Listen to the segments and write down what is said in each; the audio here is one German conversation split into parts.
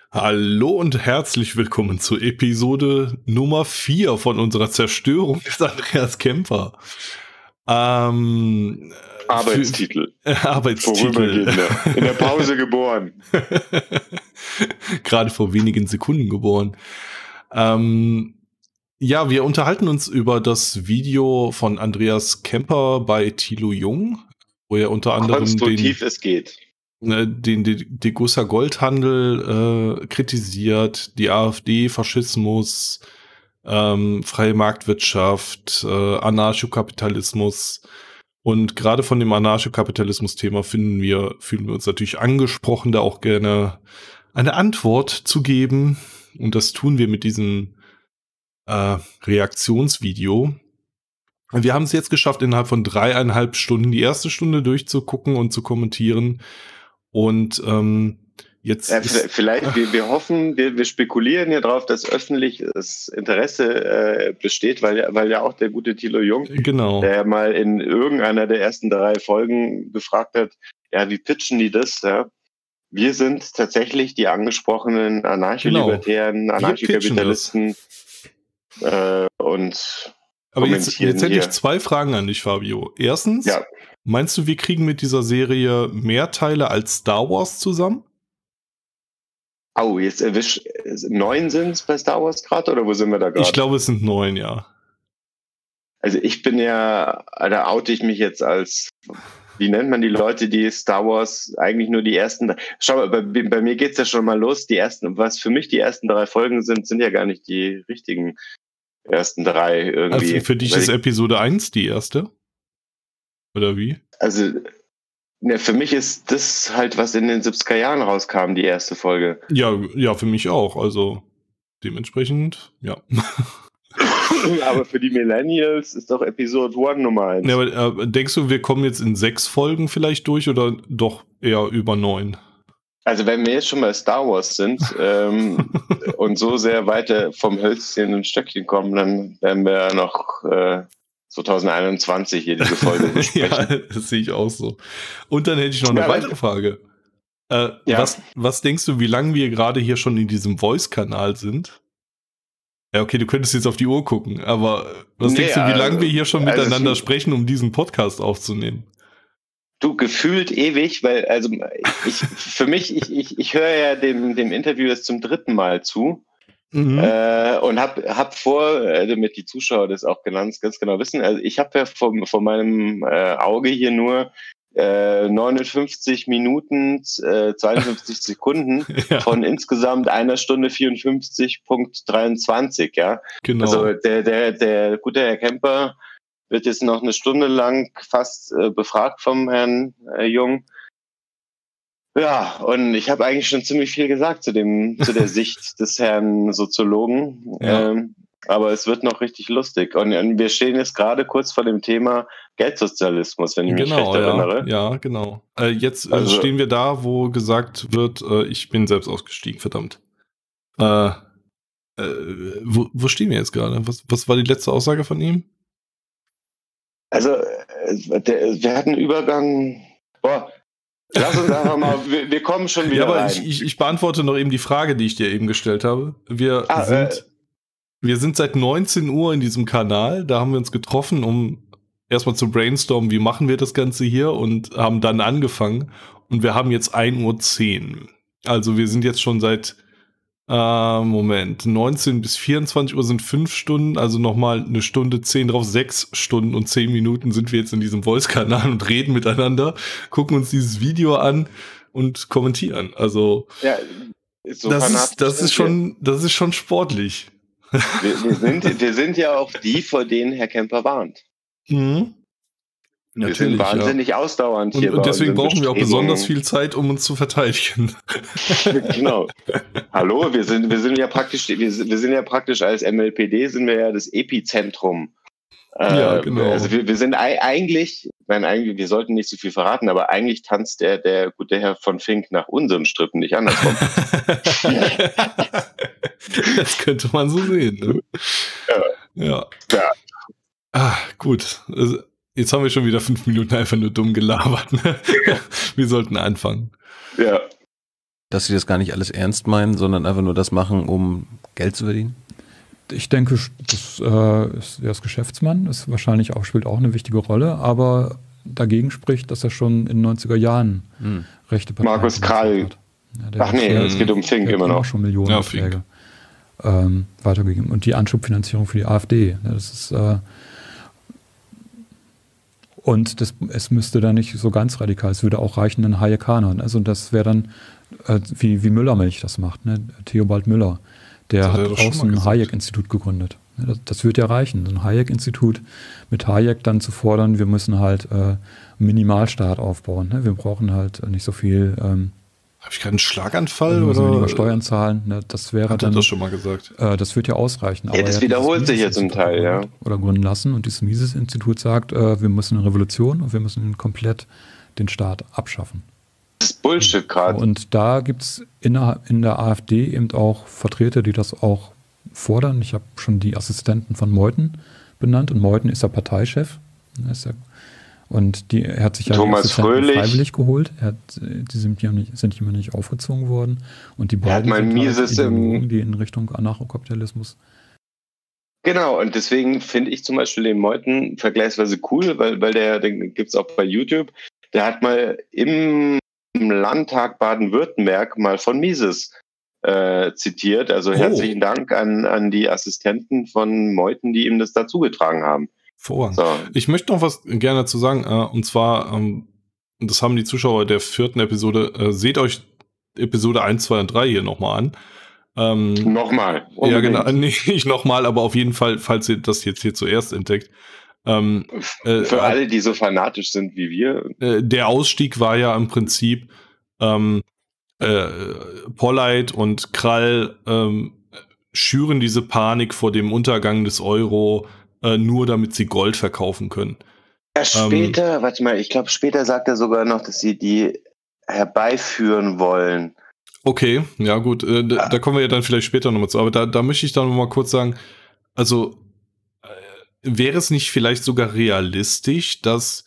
Hallo und herzlich willkommen zur Episode Nummer 4 von unserer Zerstörung des Andreas Kemper. Arbeitstitel. Arbeitstitel. Vorübergehender. In der Pause geboren. Gerade vor wenigen Sekunden geboren. Ja, wir unterhalten uns über das Video von Andreas Kemper bei Thilo Jung, wo er unter anderem konstruktiv es geht. Den Degussa Goldhandel kritisiert, die AfD, Faschismus, freie Marktwirtschaft, Anarchokapitalismus. Und gerade von dem Anarchokapitalismus-Thema fühlen wir uns natürlich angesprochen, da auch gerne eine Antwort zu geben. Und das tun wir mit diesem Reaktionsvideo. Wir haben es jetzt geschafft, innerhalb von 3,5 Stunden die erste Stunde durchzugucken und zu kommentieren. Und jetzt vielleicht, wir hoffen, wir spekulieren hier drauf, dass öffentliches Interesse besteht, weil ja auch der gute Thilo Jung, genau, der mal in irgendeiner der ersten 3 Folgen gefragt hat, ja, wie pitchen die das? Ja? Wir sind tatsächlich die angesprochenen Anarcho-Libertären, Anarchokapitalisten und aber jetzt hätte ich 2 Fragen an dich, Fabio. Erstens, ja. Meinst du, wir kriegen mit dieser Serie mehr Teile als Star Wars zusammen? Oh, jetzt 9 sind es bei Star Wars gerade, oder wo sind wir da gerade? Ich glaube, es sind 9, ja. Also ich bin ja, da oute ich mich jetzt als, wie nennt man die Leute, die Star Wars eigentlich nur die ersten, schau mal, bei mir geht's ja schon mal los, was für mich die ersten 3 Folgen sind ja gar nicht die richtigen ersten 3 irgendwie. Also für dich ist Episode 1 die erste? Oder wie? Also, ne, für mich ist das halt, was in den 70er Jahren rauskam, die erste Folge. Ja, für mich auch. Also dementsprechend, ja. Aber für die Millennials ist doch Episode 1 Nummer 1. Ja, aber denkst du, wir kommen jetzt in 6 Folgen vielleicht durch oder doch eher über 9? Also wenn wir jetzt schon bei Star Wars sind und so sehr weiter vom Hölzchen und Stöckchen kommen, dann werden wir ja noch 2021 hier diese Folge besprechen. Ja, das sehe ich auch so. Und dann hätte ich noch eine weitere Frage. Was denkst du, wie lange wir gerade hier schon in diesem Voice-Kanal sind? Ja, okay, du könntest jetzt auf die Uhr gucken, aber was denkst du, wie lange wir hier schon miteinander sprechen, um diesen Podcast aufzunehmen? Du, gefühlt ewig, weil, also ich höre ja dem Interview jetzt zum 3. Mal zu. Und hab vor, damit die Zuschauer das auch ganz genau wissen, also ich habe ja vor meinem Auge hier nur 59 Minuten, 52 Sekunden von insgesamt 1 Stunde 54,23, ja. Genau. Also der gute Herr Kemper wird jetzt noch 1 Stunde lang fast befragt vom Herrn Jung. Ja, und ich habe eigentlich schon ziemlich viel gesagt zu der Sicht des Herrn Soziologen. Ja. Aber es wird noch richtig lustig. Und wir stehen jetzt gerade kurz vor dem Thema Geldsozialismus, wenn ich mich recht erinnere. Ja, genau. Jetzt stehen wir da, wo gesagt wird, ich bin selbst ausgestiegen, verdammt. Wo stehen wir jetzt gerade? Was war die letzte Aussage von ihm? Also, wir hatten einen Übergang. Lass uns einfach mal, wir kommen schon wieder rein. Ich beantworte noch eben die Frage, die ich dir eben gestellt habe. Wir sind seit 19 Uhr in diesem Kanal, da haben wir uns getroffen, um erstmal zu brainstormen, wie machen wir das Ganze hier, und haben dann angefangen, und wir haben jetzt 1:10 Uhr. Also wir sind jetzt schon seit 19 bis 24 Uhr sind 5 Stunden, also nochmal 1 Stunde 10 drauf, 6 Stunden und 10 Minuten sind wir jetzt in diesem Voice-Kanal und reden miteinander, gucken uns dieses Video an und kommentieren. Also ja, so das ist schon sportlich. Wir sind ja auch die, vor denen Herr Kemper warnt. Mhm. Wir sind wahnsinnig ausdauernd hier. Und deswegen brauchen wir auch besonders viel Zeit, um uns zu verteidigen. Genau. Hallo, wir sind ja praktisch als MLPD sind wir ja das Epizentrum. Ja, genau. Also wir sind eigentlich, wir sollten nicht so viel verraten, aber eigentlich tanzt der gute Herr von Fink nach unseren Strippen, nicht andersrum. Das könnte man so sehen, ne? Ja. Gut. Also, jetzt haben wir schon wieder 5 Minuten einfach nur dumm gelabert. Ne? Wir sollten anfangen. Ja. dass sie das gar nicht alles ernst meinen, sondern einfach nur das machen, um Geld zu verdienen? Ich denke, er ist Geschäftsmann, spielt auch eine wichtige Rolle, aber dagegen spricht, dass er schon in den 90er Jahren rechte Parteien Markus Krall. hat. Ja, es geht um Fink immer noch. Schon Millionenbeträge weitergegeben. Und die Anschubfinanzierung für die AfD. Ja, das ist es müsste dann nicht so ganz radikal, es würde auch reichen, einen Hayekanern. Also das wäre dann, wie Müllermilch das macht, ne? Theobald Müller. Der hat auch ein Hayek-Institut gegründet. Das wird ja reichen, so ein Hayek-Institut mit Hayek dann zu fordern, wir müssen halt einen Minimalstaat aufbauen. Ne? Wir brauchen halt nicht so viel. Habe ich gerade einen Schlaganfall? Wir müssen oder weniger Steuern zahlen. Ne? Das wäre hat dann. Das schon mal gesagt. Das wird ja ausreichen. Ja, das wiederholt sich ja zum Teil, ja. Oder gründen lassen. Und dieses Mises-Institut sagt, wir müssen eine Revolution und wir müssen komplett den Staat abschaffen. Das ist Bullshit gerade. Und da gibt es in der AfD eben auch Vertreter, die das auch fordern. Ich habe schon die Assistenten von Meuthen benannt und Meuthen ist der Parteichef. Und er hat sich ja Thomas Fröhlich freiwillig geholt. Die sind ihm nicht aufgezwungen worden. Und die beiden sind Ideologen, die in Richtung Anarchokapitalismus. Genau, und deswegen finde ich zum Beispiel den Meuthen vergleichsweise cool, weil den gibt es auch bei YouTube. Der hat mal im Landtag Baden-Württemberg mal von Mises zitiert. Also herzlichen Dank an die Assistenten von Meuthen, die ihm das dazu getragen haben. So. Ich möchte noch was gerne dazu sagen, und zwar, das haben die Zuschauer der 4. Episode, seht euch Episode 1, 2 und 3 hier nochmal an. Nochmal. Ja, genau, nicht nochmal, aber auf jeden Fall, falls ihr das jetzt hier zuerst entdeckt. Für alle, die so fanatisch sind wie wir. Der Ausstieg war ja im Prinzip Polleit und Krall schüren diese Panik vor dem Untergang des Euro nur, damit sie Gold verkaufen können. Ja, später, warte mal, ich glaube, später sagt er sogar noch, dass sie die herbeiführen wollen. Okay, ja gut, da kommen wir ja dann vielleicht später nochmal zu, aber da möchte ich dann nochmal kurz sagen, also wäre es nicht vielleicht sogar realistisch, dass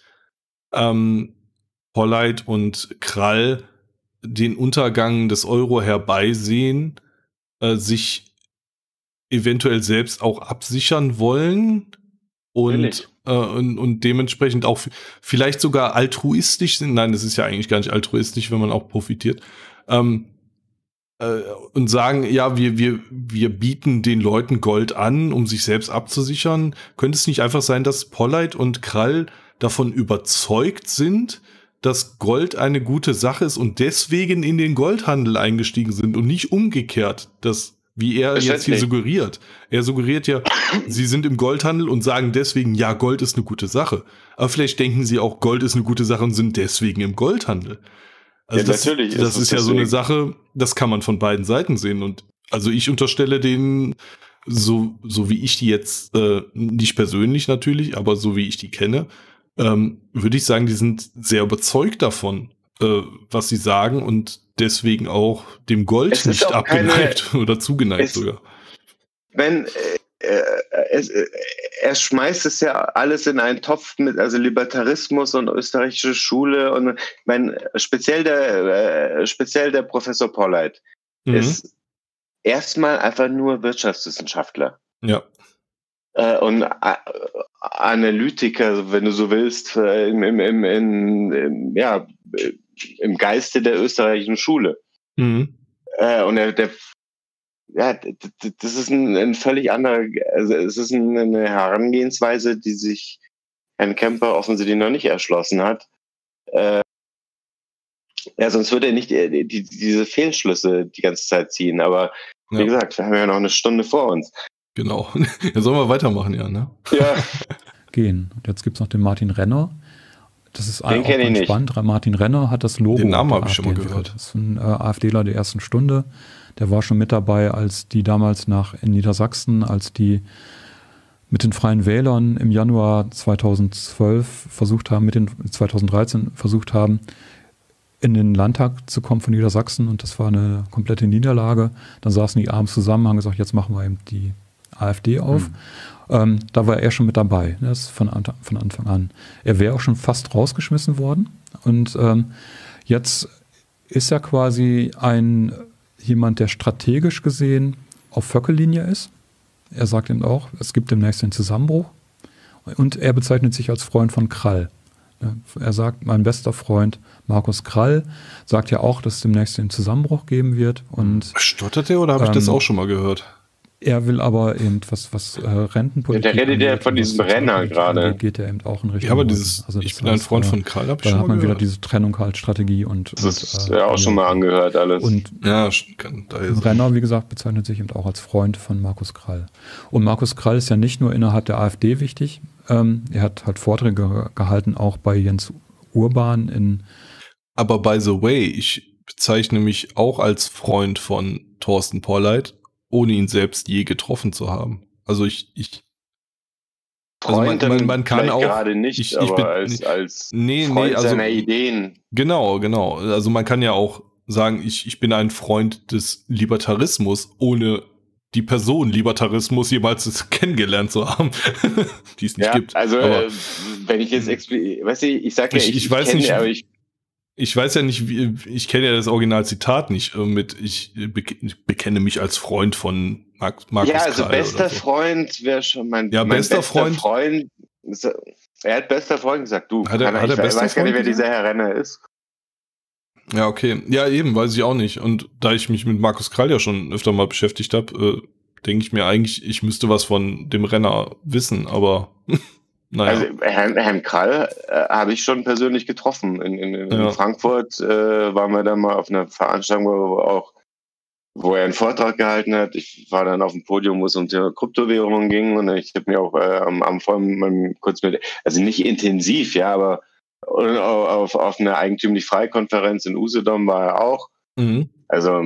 Polleit und Krall den Untergang des Euro herbeisehen, sich eventuell selbst auch absichern wollen und dementsprechend auch vielleicht sogar altruistisch sind. Nein, das ist ja eigentlich gar nicht altruistisch, wenn man auch profitiert. Und sagen, ja, wir bieten den Leuten Gold an, um sich selbst abzusichern. Könnte es nicht einfach sein, dass Polleit und Krall davon überzeugt sind, dass Gold eine gute Sache ist und deswegen in den Goldhandel eingestiegen sind und nicht umgekehrt, wie er jetzt hier suggeriert. Er suggeriert ja, sie sind im Goldhandel und sagen deswegen, ja, Gold ist eine gute Sache. Aber vielleicht denken sie auch, Gold ist eine gute Sache und sind deswegen im Goldhandel. Also ja, natürlich. Das ist ja so eine Sache, das kann man von beiden Seiten sehen. Und also ich unterstelle denen, so wie ich die jetzt, nicht persönlich natürlich, aber so wie ich die kenne, würde ich sagen, die sind sehr überzeugt davon, was sie sagen und deswegen auch dem Gold nicht abgeneigt oder zugeneigt sogar. Wenn er schmeißt es ja alles in einen Topf mit, also Libertarismus und österreichische Schule und speziell der Professor Polleit ist erstmal einfach nur Wirtschaftswissenschaftler. Ja. Und Analytiker, wenn du so willst, im Geiste der österreichischen Schule. Und das ist ein völlig anderer, also es ist eine Herangehensweise, die sich Herrn Kemper offensichtlich noch nicht erschlossen hat. Sonst würde er nicht diese Fehlschlüsse die ganze Zeit ziehen. Aber wie gesagt, wir haben ja noch eine Stunde vor uns. Genau. Jetzt sollen wir weitermachen, ja, ne? Ja. Gehen. Und jetzt gibt es noch den Martin Renner. Das ist auch ganz spannend. Martin Renner hat das Logo. Den Namen habe ich schon mal gehört. Das ist ein AfDler der ersten Stunde. Der war schon mit dabei, als die damals in Niedersachsen, als die mit den Freien Wählern im Januar 2013 versucht haben, in den Landtag zu kommen von Niedersachsen. Und das war eine komplette Niederlage. Dann saßen die abends zusammen, haben gesagt, jetzt machen wir eben die AfD auf. Da war er schon mit dabei, das von Anfang an. Er wäre auch schon fast rausgeschmissen worden und jetzt ist ja quasi jemand, der strategisch gesehen auf Vöckellinie ist. Er sagt eben auch, es gibt demnächst den Zusammenbruch. Und er bezeichnet sich als Freund von Krall. Er sagt, mein bester Freund Markus Krall sagt ja auch, dass es demnächst den Zusammenbruch geben wird. Und, stottert er oder habe ich das auch schon mal gehört? Er will aber eben was Rentenpolitik. Der redet ja von diesem Renner gerade. Geht er eben auch in Richtung. Ja, aber ich bin ein Freund von Krall, habe ich schon mal gehört. Da hat man wieder diese Trennung halt Strategie und. Das ist ja auch schon mal angehört alles. Und Renner, wie gesagt, bezeichnet sich eben auch als Freund von Markus Krall. Und Markus Krall ist ja nicht nur innerhalb der AfD wichtig. Er hat halt Vorträge gehalten, auch bei Jens Urban Aber by the way, ich bezeichne mich auch als Freund von Thorsten Polleit, ohne ihn selbst je getroffen zu haben. Also Freund, also man kann auch gerade nicht, aber als Freund seiner Ideen. Genau. Also man kann ja auch sagen, ich bin ein Freund des Libertarismus, ohne die Person Libertarismus jemals kennengelernt zu haben, die es nicht gibt. Also wenn ich jetzt weißt du, ich sage ja, ich weiß nicht, aber ich weiß ja nicht, ich kenne ja das Originalzitat nicht ich bekenne mich als Freund von Markus Ja, also Krall bester Freund wäre schon mein bester Freund. Er hat bester Freund gesagt, du. Ich weiß gar nicht, wer dieser Herr Renner ist. Ja, okay. Ja, eben, weiß ich auch nicht. Und da ich mich mit Markus Krall ja schon öfter mal beschäftigt habe, denke ich mir eigentlich, ich müsste was von dem Renner wissen, aber naja. Also Herrn Krall habe ich schon persönlich getroffen. In Frankfurt waren wir dann mal auf einer Veranstaltung, wo er einen Vortrag gehalten hat. Ich war dann auf dem Podium, wo es um Kryptowährungen ging, und ich habe mir auch am Vormittag kurz also nicht intensiv, ja, aber auf einer eigentümlich Freikonferenz in Usedom war er auch. Mhm. Also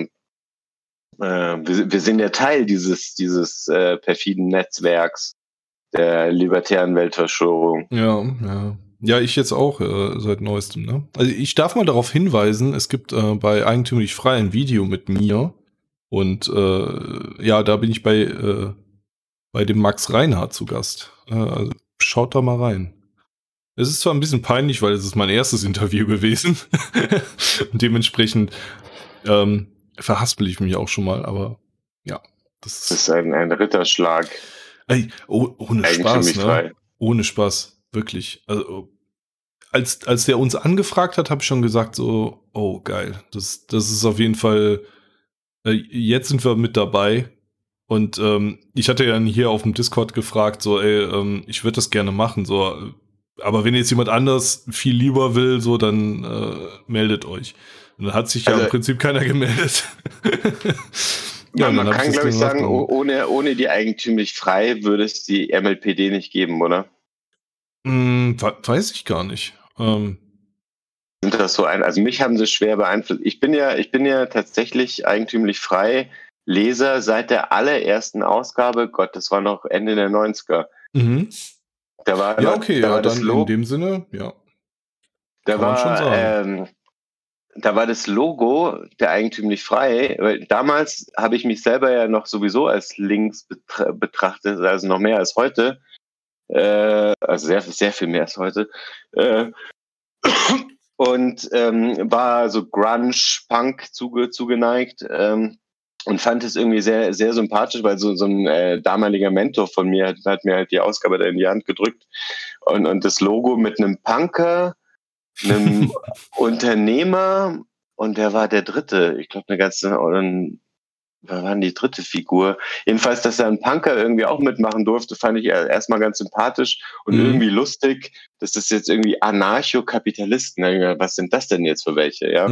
wir sind ja Teil dieses perfiden Netzwerks der libertären Weltverschwörung. Ja, ich jetzt auch seit neuestem. Ne? Also ich darf mal darauf hinweisen, es gibt bei Eigentümlich Frei ein Video mit mir, und da bin ich bei dem Max Reinhardt zu Gast. Also schaut da mal rein. Es ist zwar ein bisschen peinlich, weil es ist mein erstes Interview gewesen. Und dementsprechend verhaspel ich mich auch schon mal, aber ja. Das ist ein Ritterschlag. Ey, ohne Spaß, ne? Ohne Spaß, wirklich. Also, als der uns angefragt hat, habe ich schon gesagt, so, oh geil, das ist auf jeden Fall, jetzt sind wir mit dabei. Und ich hatte ja hier auf dem Discord gefragt, so, ich würde das gerne machen, so, aber wenn jetzt jemand anders viel lieber will, so, dann meldet euch. Und dann hat sich ja im Prinzip keiner gemeldet. Ja, man kann, glaube ich, sagen, ohne die Eigentümlich Frei würde es die MLPD nicht geben, oder? Weiß ich gar nicht. Sind das so also mich haben sie schwer beeinflusst. Ich bin ja tatsächlich Eigentümlich Frei Leser seit der allerersten Ausgabe. Gott, das war noch Ende der 90er. Mhm. Da war dann in dem Sinne, ja. Da war das Logo der Eigentümlich Frei, weil damals habe ich mich selber ja noch sowieso als links betrachtet, also noch mehr als heute, also sehr, sehr viel mehr als heute, und war so Grunge, Punk zugeneigt, und fand es irgendwie sehr, sehr sympathisch, weil so ein damaliger Mentor von mir hat mir halt die Ausgabe da in die Hand gedrückt, und das Logo mit einem Punker, einem Unternehmer, und der war der dritte. Ich glaube, wer war die dritte Figur? Jedenfalls, dass da ein Punker irgendwie auch mitmachen durfte, fand ich erstmal ganz sympathisch und irgendwie lustig. Das ist jetzt irgendwie Anarchokapitalisten. Was sind das denn jetzt für welche? Ja.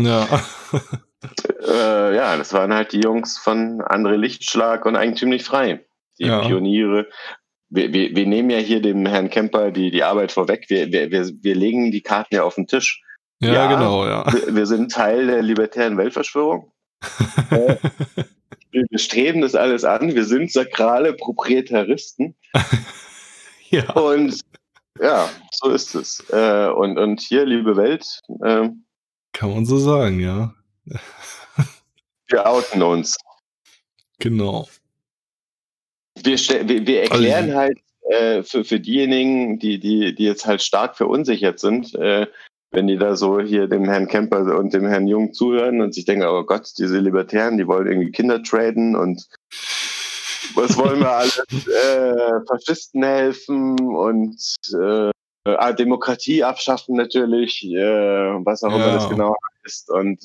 Das waren halt die Jungs von André Lichtschlag und Eigentümlich Frei. Die Pioniere. Wir nehmen ja hier dem Herrn Kemper die Arbeit vorweg. Wir legen die Karten ja auf den Tisch. Ja, genau, ja. Wir sind Teil der libertären Weltverschwörung. Wir streben das alles an. Wir sind sakrale Proprietaristen. Ja. Und ja, so ist es. Und hier, liebe Welt. Kann man so sagen, ja. Wir outen uns. Genau. Wir erklären halt für diejenigen, die jetzt halt stark verunsichert sind, wenn die da so hier dem Herrn Kemper und dem Herrn Jung zuhören und sich denken, oh Gott, diese Libertären, die wollen irgendwie Kinder traden und was wollen wir alles? Faschisten helfen und Demokratie abschaffen natürlich, was auch immer das genau ist und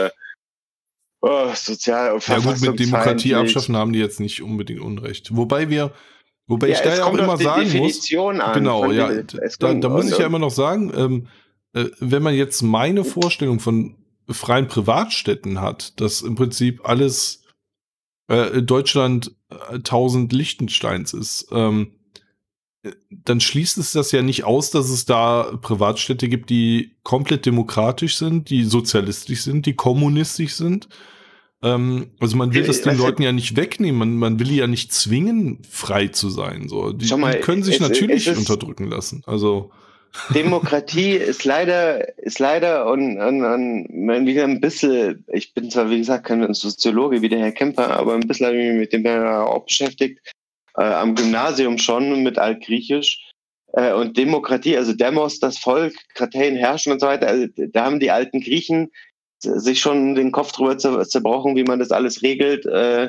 sozial. Ja gut, mit Demokratie abschaffen haben die jetzt nicht unbedingt Unrecht. Wobei ich da ja auch immer sagen muss, genau, ja, da muss ich ja immer noch sagen, wenn man jetzt meine Vorstellung von freien Privatstädten hat, dass im Prinzip alles Deutschland 1000 Liechtensteins ist, dann schließt es das ja nicht aus, dass es da Privatstädte gibt, die komplett demokratisch sind, die sozialistisch sind, die kommunistisch sind. Also man will das den Leuten ja nicht wegnehmen, man will die ja nicht zwingen, frei zu sein. So. Die können sich natürlich unterdrücken lassen. Also Demokratie ist leider und wieder ein bisschen, ich bin zwar wie gesagt kein Soziologe wie der Herr Kemper, aber ein bisschen habe ich mich mit dem auch beschäftigt, am Gymnasium schon mit Altgriechisch und Demokratie, also Demos, das Volk, Kratein herrschen und so weiter, also da haben die alten Griechen sich schon den Kopf drüber zerbrochen, wie man das alles regelt.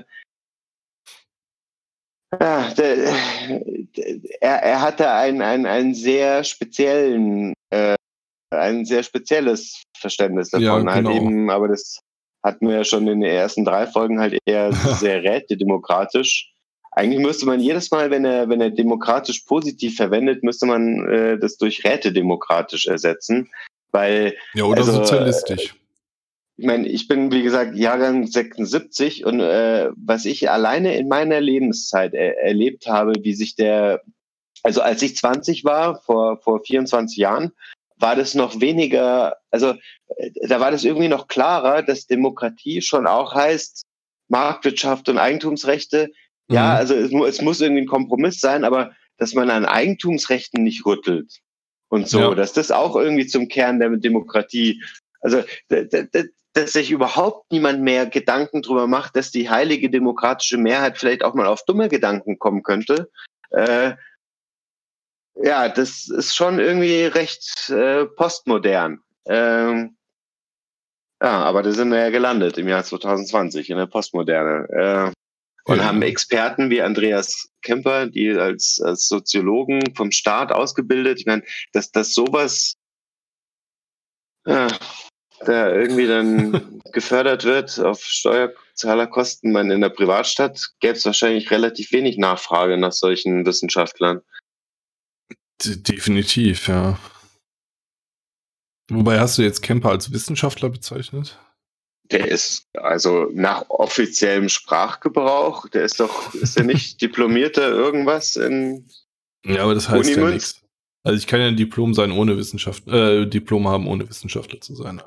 Er hatte ein sehr spezielles Verständnis davon. Ja, genau. Halt eben, aber das hatten wir ja schon in den ersten 3 Folgen halt eher sehr rätedemokratisch. Eigentlich müsste man jedes Mal, wenn er demokratisch positiv verwendet, müsste man das durch rätedemokratisch ersetzen. Weil, ja, oder sozialistisch. Ich meine, ich bin, wie gesagt, Jahrgang 76 und was ich alleine in meiner Lebenszeit erlebt habe, wie sich also als ich 20 war, vor 24 Jahren, war das noch weniger, also da war das irgendwie noch klarer, dass Demokratie schon auch heißt, Marktwirtschaft und Eigentumsrechte. Ja, also es muss irgendwie ein Kompromiss sein, aber dass man an Eigentumsrechten nicht rüttelt und so, dass das auch irgendwie zum Kern der Demokratie, also dass sich überhaupt niemand mehr Gedanken drüber macht, dass die heilige demokratische Mehrheit vielleicht auch mal auf dumme Gedanken kommen könnte. Ja, das ist schon irgendwie recht postmodern. Ja, aber da sind wir ja gelandet im Jahr 2020 in der Postmoderne. Und haben Experten wie Andreas Kemper, die als Soziologen vom Staat ausgebildet, ich meine, dass sowas da irgendwie dann gefördert wird auf Steuerzahlerkosten. Man in der Privatstadt gäbe es wahrscheinlich relativ wenig Nachfrage nach solchen Wissenschaftlern. Definitiv, ja. Wobei, hast du jetzt Kemper als Wissenschaftler bezeichnet? Der ist also nach offiziellem Sprachgebrauch, ist der nicht diplomierter irgendwas in Ja, aber das heißt ja nichts. Also ich kann ja ein Diplom sein ohne Diplom haben, ohne Wissenschaftler zu sein.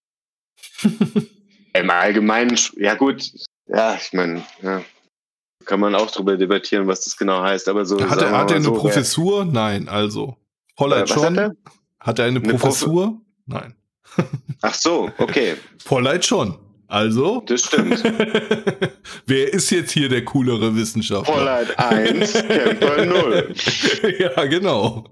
Im Allgemeinen, ja gut, ja, ich meine, ja, kann man auch drüber debattieren, was das genau heißt, aber so. Hat er eine Professur? Nein, also. Polleit schon. Hat er eine Professur? Nein. Ach so, okay. Polleit schon. Also. Das stimmt. Wer ist jetzt hier der coolere Wissenschaftler? Polleit 1, Kemper 0. Ja, genau.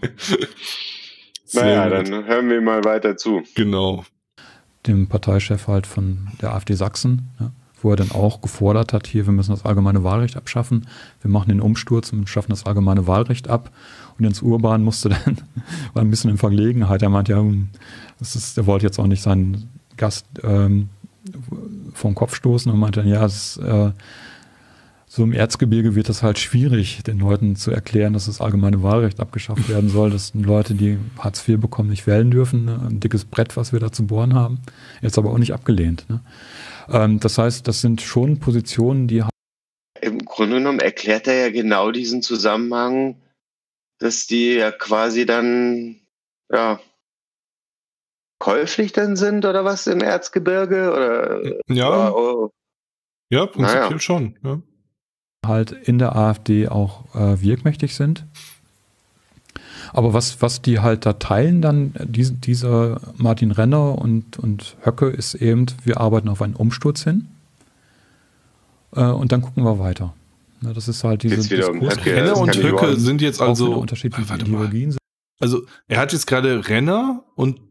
Naja, dann hören wir mal weiter zu. Genau. Dem Parteichef halt von der AfD Sachsen, ja, wo er dann auch gefordert hat, hier, wir müssen das allgemeine Wahlrecht abschaffen, wir machen den Umsturz und schaffen das allgemeine Wahlrecht ab. Und Jens Urban musste dann, war ein bisschen in Verlegenheit, er meinte, ja, er wollte jetzt auch nicht seinen Gast vom Kopf stoßen und meinte dann, ja, so im Erzgebirge wird das halt schwierig, den Leuten zu erklären, dass das allgemeine Wahlrecht abgeschafft werden soll, dass Leute, die Hartz IV bekommen, nicht wählen dürfen. Ne? Ein dickes Brett, was wir da zu bohren haben. Jetzt aber auch nicht abgelehnt. Ne? Das heißt, das sind schon Positionen, die... Im Grunde genommen erklärt er ja genau diesen Zusammenhang, dass die ja quasi dann, ja, käuflich dann sind oder was im Erzgebirge? Oder, ja, ja, prinzipiell schon, ja. Halt in der AfD auch wirkmächtig sind. Aber was die halt da teilen dann, dieser Martin Renner und Höcke, ist eben, wir arbeiten auf einen Umsturz hin und dann gucken wir weiter. Ja, das ist halt diese Renner und Höcke sind jetzt also unterschiedliche Ideologien. Also er hat jetzt gerade Renner und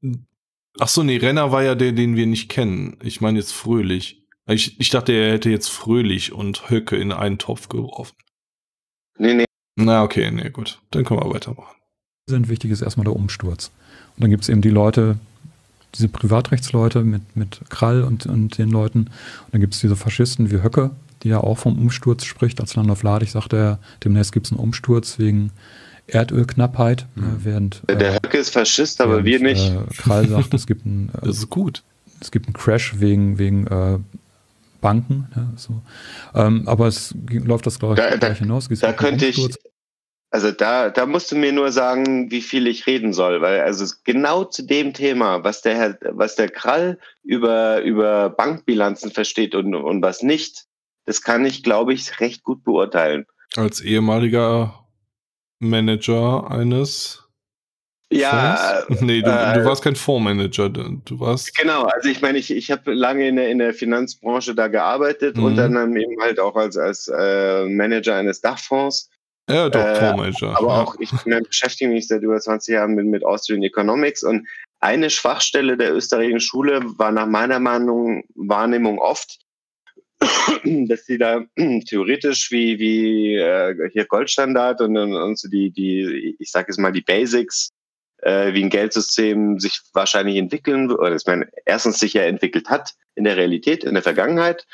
Ach so, nee, Renner war ja der, den wir nicht kennen. Ich meine jetzt Fröhlich. Ich dachte, er hätte jetzt Fröhlich und Höcke in einen Topf geworfen. Nee. Na, okay, nee, gut. Dann können wir weitermachen. Wichtig ist erstmal der Umsturz. Und dann gibt es eben die Leute, diese Privatrechtsleute mit Krall und den Leuten. Und dann gibt es diese Faschisten wie Höcke, die ja auch vom Umsturz spricht. Als Landolf Ladig sagte er, demnächst gibt es einen Umsturz wegen Erdölknappheit. Während der Höcke ist Faschist, aber wir nicht. Krall sagt, es gibt einen das ist gut. Es gibt einen Crash wegen Banken. Ja, so. Aber es läuft das gleich hinaus. Da könnte ich, also da musst du mir nur sagen, wie viel ich reden soll, weil also genau zu dem Thema, was der Krall über Bankbilanzen versteht und was nicht, das kann ich, glaube ich, recht gut beurteilen. Als ehemaliger Manager eines Fonds? Nee, du warst kein Fondsmanager, du warst... Genau, also ich meine, ich habe lange in der Finanzbranche da gearbeitet und dann eben halt auch als Manager eines Dachfonds. Ja, doch, Fondsmanager. Aber auch, ich beschäftige mich seit über 20 Jahren mit Austrian Economics und eine Schwachstelle der österreichischen Schule war nach meiner Wahrnehmung oft, dass sie da theoretisch wie hier Goldstandard und so die ich sage jetzt mal die Basics, wie ein Geldsystem sich wahrscheinlich entwickeln, oder dass man erstens sich ja entwickelt hat in der Realität, in der Vergangenheit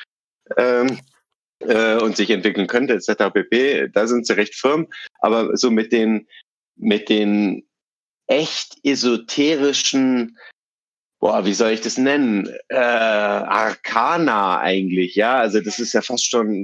und sich entwickeln könnte, etc. pp. Da sind sie recht firm, aber so mit den echt esoterischen, wie soll ich das nennen? Arcana eigentlich, ja. Also das ist ja fast schon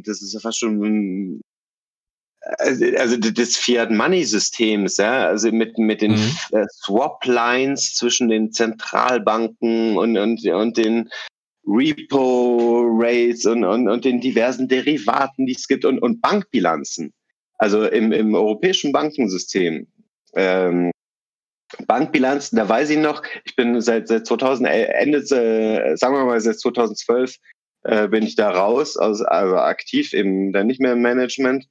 also des Fiat-Money-Systems, ja, also mit den Swap-Lines zwischen den Zentralbanken und den Repo-Rates und den diversen Derivaten, die es gibt und Bankbilanzen. Also im europäischen Bankensystem. Bankbilanzen, da weiß ich noch, ich bin seit 2011, sagen wir mal seit 2012, bin ich da raus, also aktiv, eben dann nicht mehr im Management.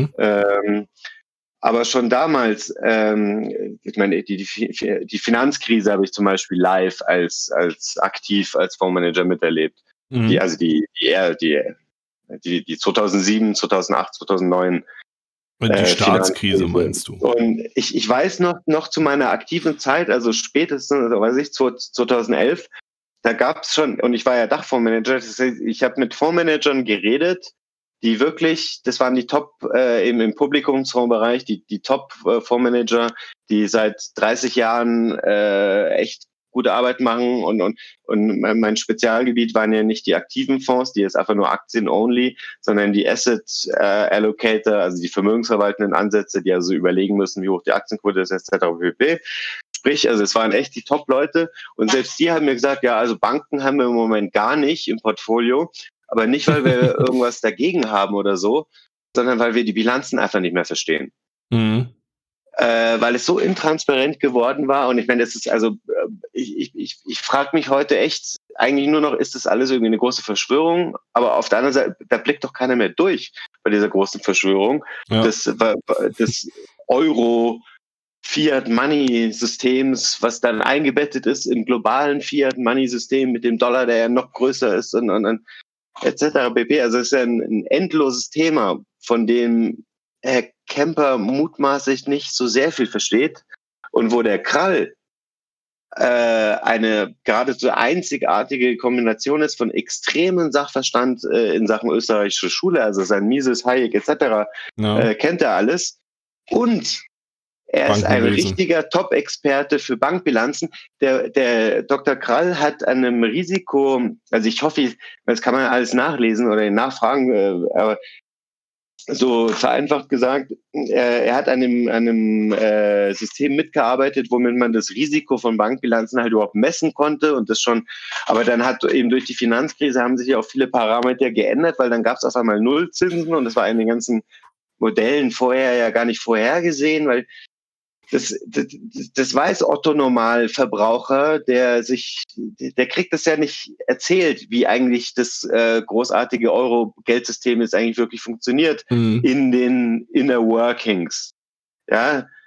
Aber schon damals, ich meine, die Finanzkrise habe ich zum Beispiel live als Fondsmanager miterlebt. Die 2007, 2008, 2009. Die Staatskrise meinst du? Und ich weiß noch zu meiner aktiven Zeit, also spätestens, 2011, da gab es schon, und ich war ja Dachfondsmanager, das heißt, ich habe mit Fondsmanagern geredet, die wirklich, das waren die Top im Publikumsfondsbereich, die Top-Fondsmanager, die seit 30 Jahren echt gute Arbeit machen und mein Spezialgebiet waren ja nicht die aktiven Fonds, die jetzt einfach nur Aktien-only, sondern die Asset-Allocator, also die vermögensverwaltenden Ansätze, die also überlegen müssen, wie hoch die Aktienquote ist, etc. pp. Sprich, also es waren echt die Top-Leute und selbst die haben mir gesagt, ja, also Banken haben wir im Moment gar nicht im Portfolio, aber nicht, weil wir irgendwas dagegen haben oder so, sondern weil wir die Bilanzen einfach nicht mehr verstehen. Weil es so intransparent geworden war und ich meine, das ist also, ich frage mich heute echt eigentlich nur noch, ist das alles irgendwie eine große Verschwörung? Aber auf der anderen Seite, da blickt doch keiner mehr durch bei dieser großen Verschwörung. Ja. Das Euro-Fiat-Money-Systems, was dann eingebettet ist im globalen Fiat-Money-System mit dem Dollar, der ja noch größer ist und etc. pp. Also es ist ja ein endloses Thema, von dem Herr Kemper mutmaßlich nicht so sehr viel versteht und wo der Krall eine geradezu einzigartige Kombination ist von extremem Sachverstand in Sachen österreichische Schule, also sein Mises, Hayek etc. Kennt er alles und er ist ein richtiger Top-Experte für Bankbilanzen. Der Dr. Krall hat an einem Risiko, also ich hoffe, das kann man alles nachlesen oder nachfragen, aber so vereinfacht gesagt, er hat an einem System mitgearbeitet, womit man das Risiko von Bankbilanzen halt überhaupt messen konnte und das schon, aber dann hat eben durch die Finanzkrise haben sich auch viele Parameter geändert, weil dann gab es auf einmal Nullzinsen und das war in den ganzen Modellen vorher ja gar nicht vorhergesehen, weil das weiß Otto Normalverbraucher, der kriegt das ja nicht erzählt, wie eigentlich das großartige Euro-Geldsystem jetzt eigentlich wirklich funktioniert in den Inner Workings. Ja,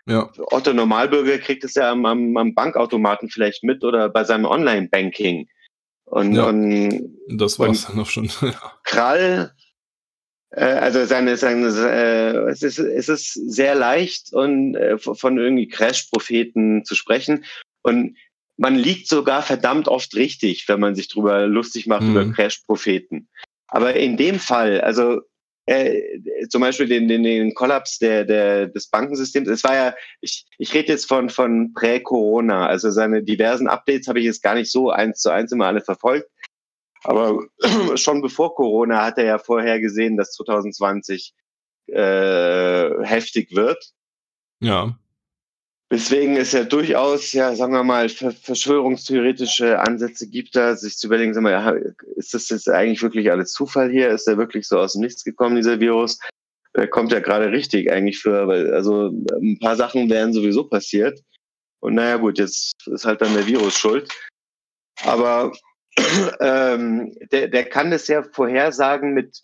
Ja. Otto Normalbürger kriegt es ja am Bankautomaten vielleicht mit oder bei seinem Online-Banking. Und das war es dann auch schon. Krall, also es ist sehr leicht und von irgendwie Crash-Propheten zu sprechen. Und man liegt sogar verdammt oft richtig, wenn man sich drüber lustig macht über Crash-Propheten. Aber in dem Fall, also zum Beispiel den Kollaps des Bankensystems, es war ja, ich rede jetzt von Prä-Corona, also seine diversen Updates habe ich jetzt gar nicht so 1:1 immer alle verfolgt, aber schon bevor Corona hat er ja vorhergesehen, dass 2020 heftig wird. Ja. Deswegen es ja durchaus, ja, sagen wir mal, verschwörungstheoretische Ansätze gibt da, sich zu überlegen, sag mal, ist das jetzt eigentlich wirklich alles Zufall hier? Ist der wirklich so aus dem Nichts gekommen, dieser Virus? Der kommt ja gerade richtig eigentlich weil also ein paar Sachen wären sowieso passiert. Und naja gut, jetzt ist halt dann der Virus schuld. Aber der kann das ja vorhersagen mit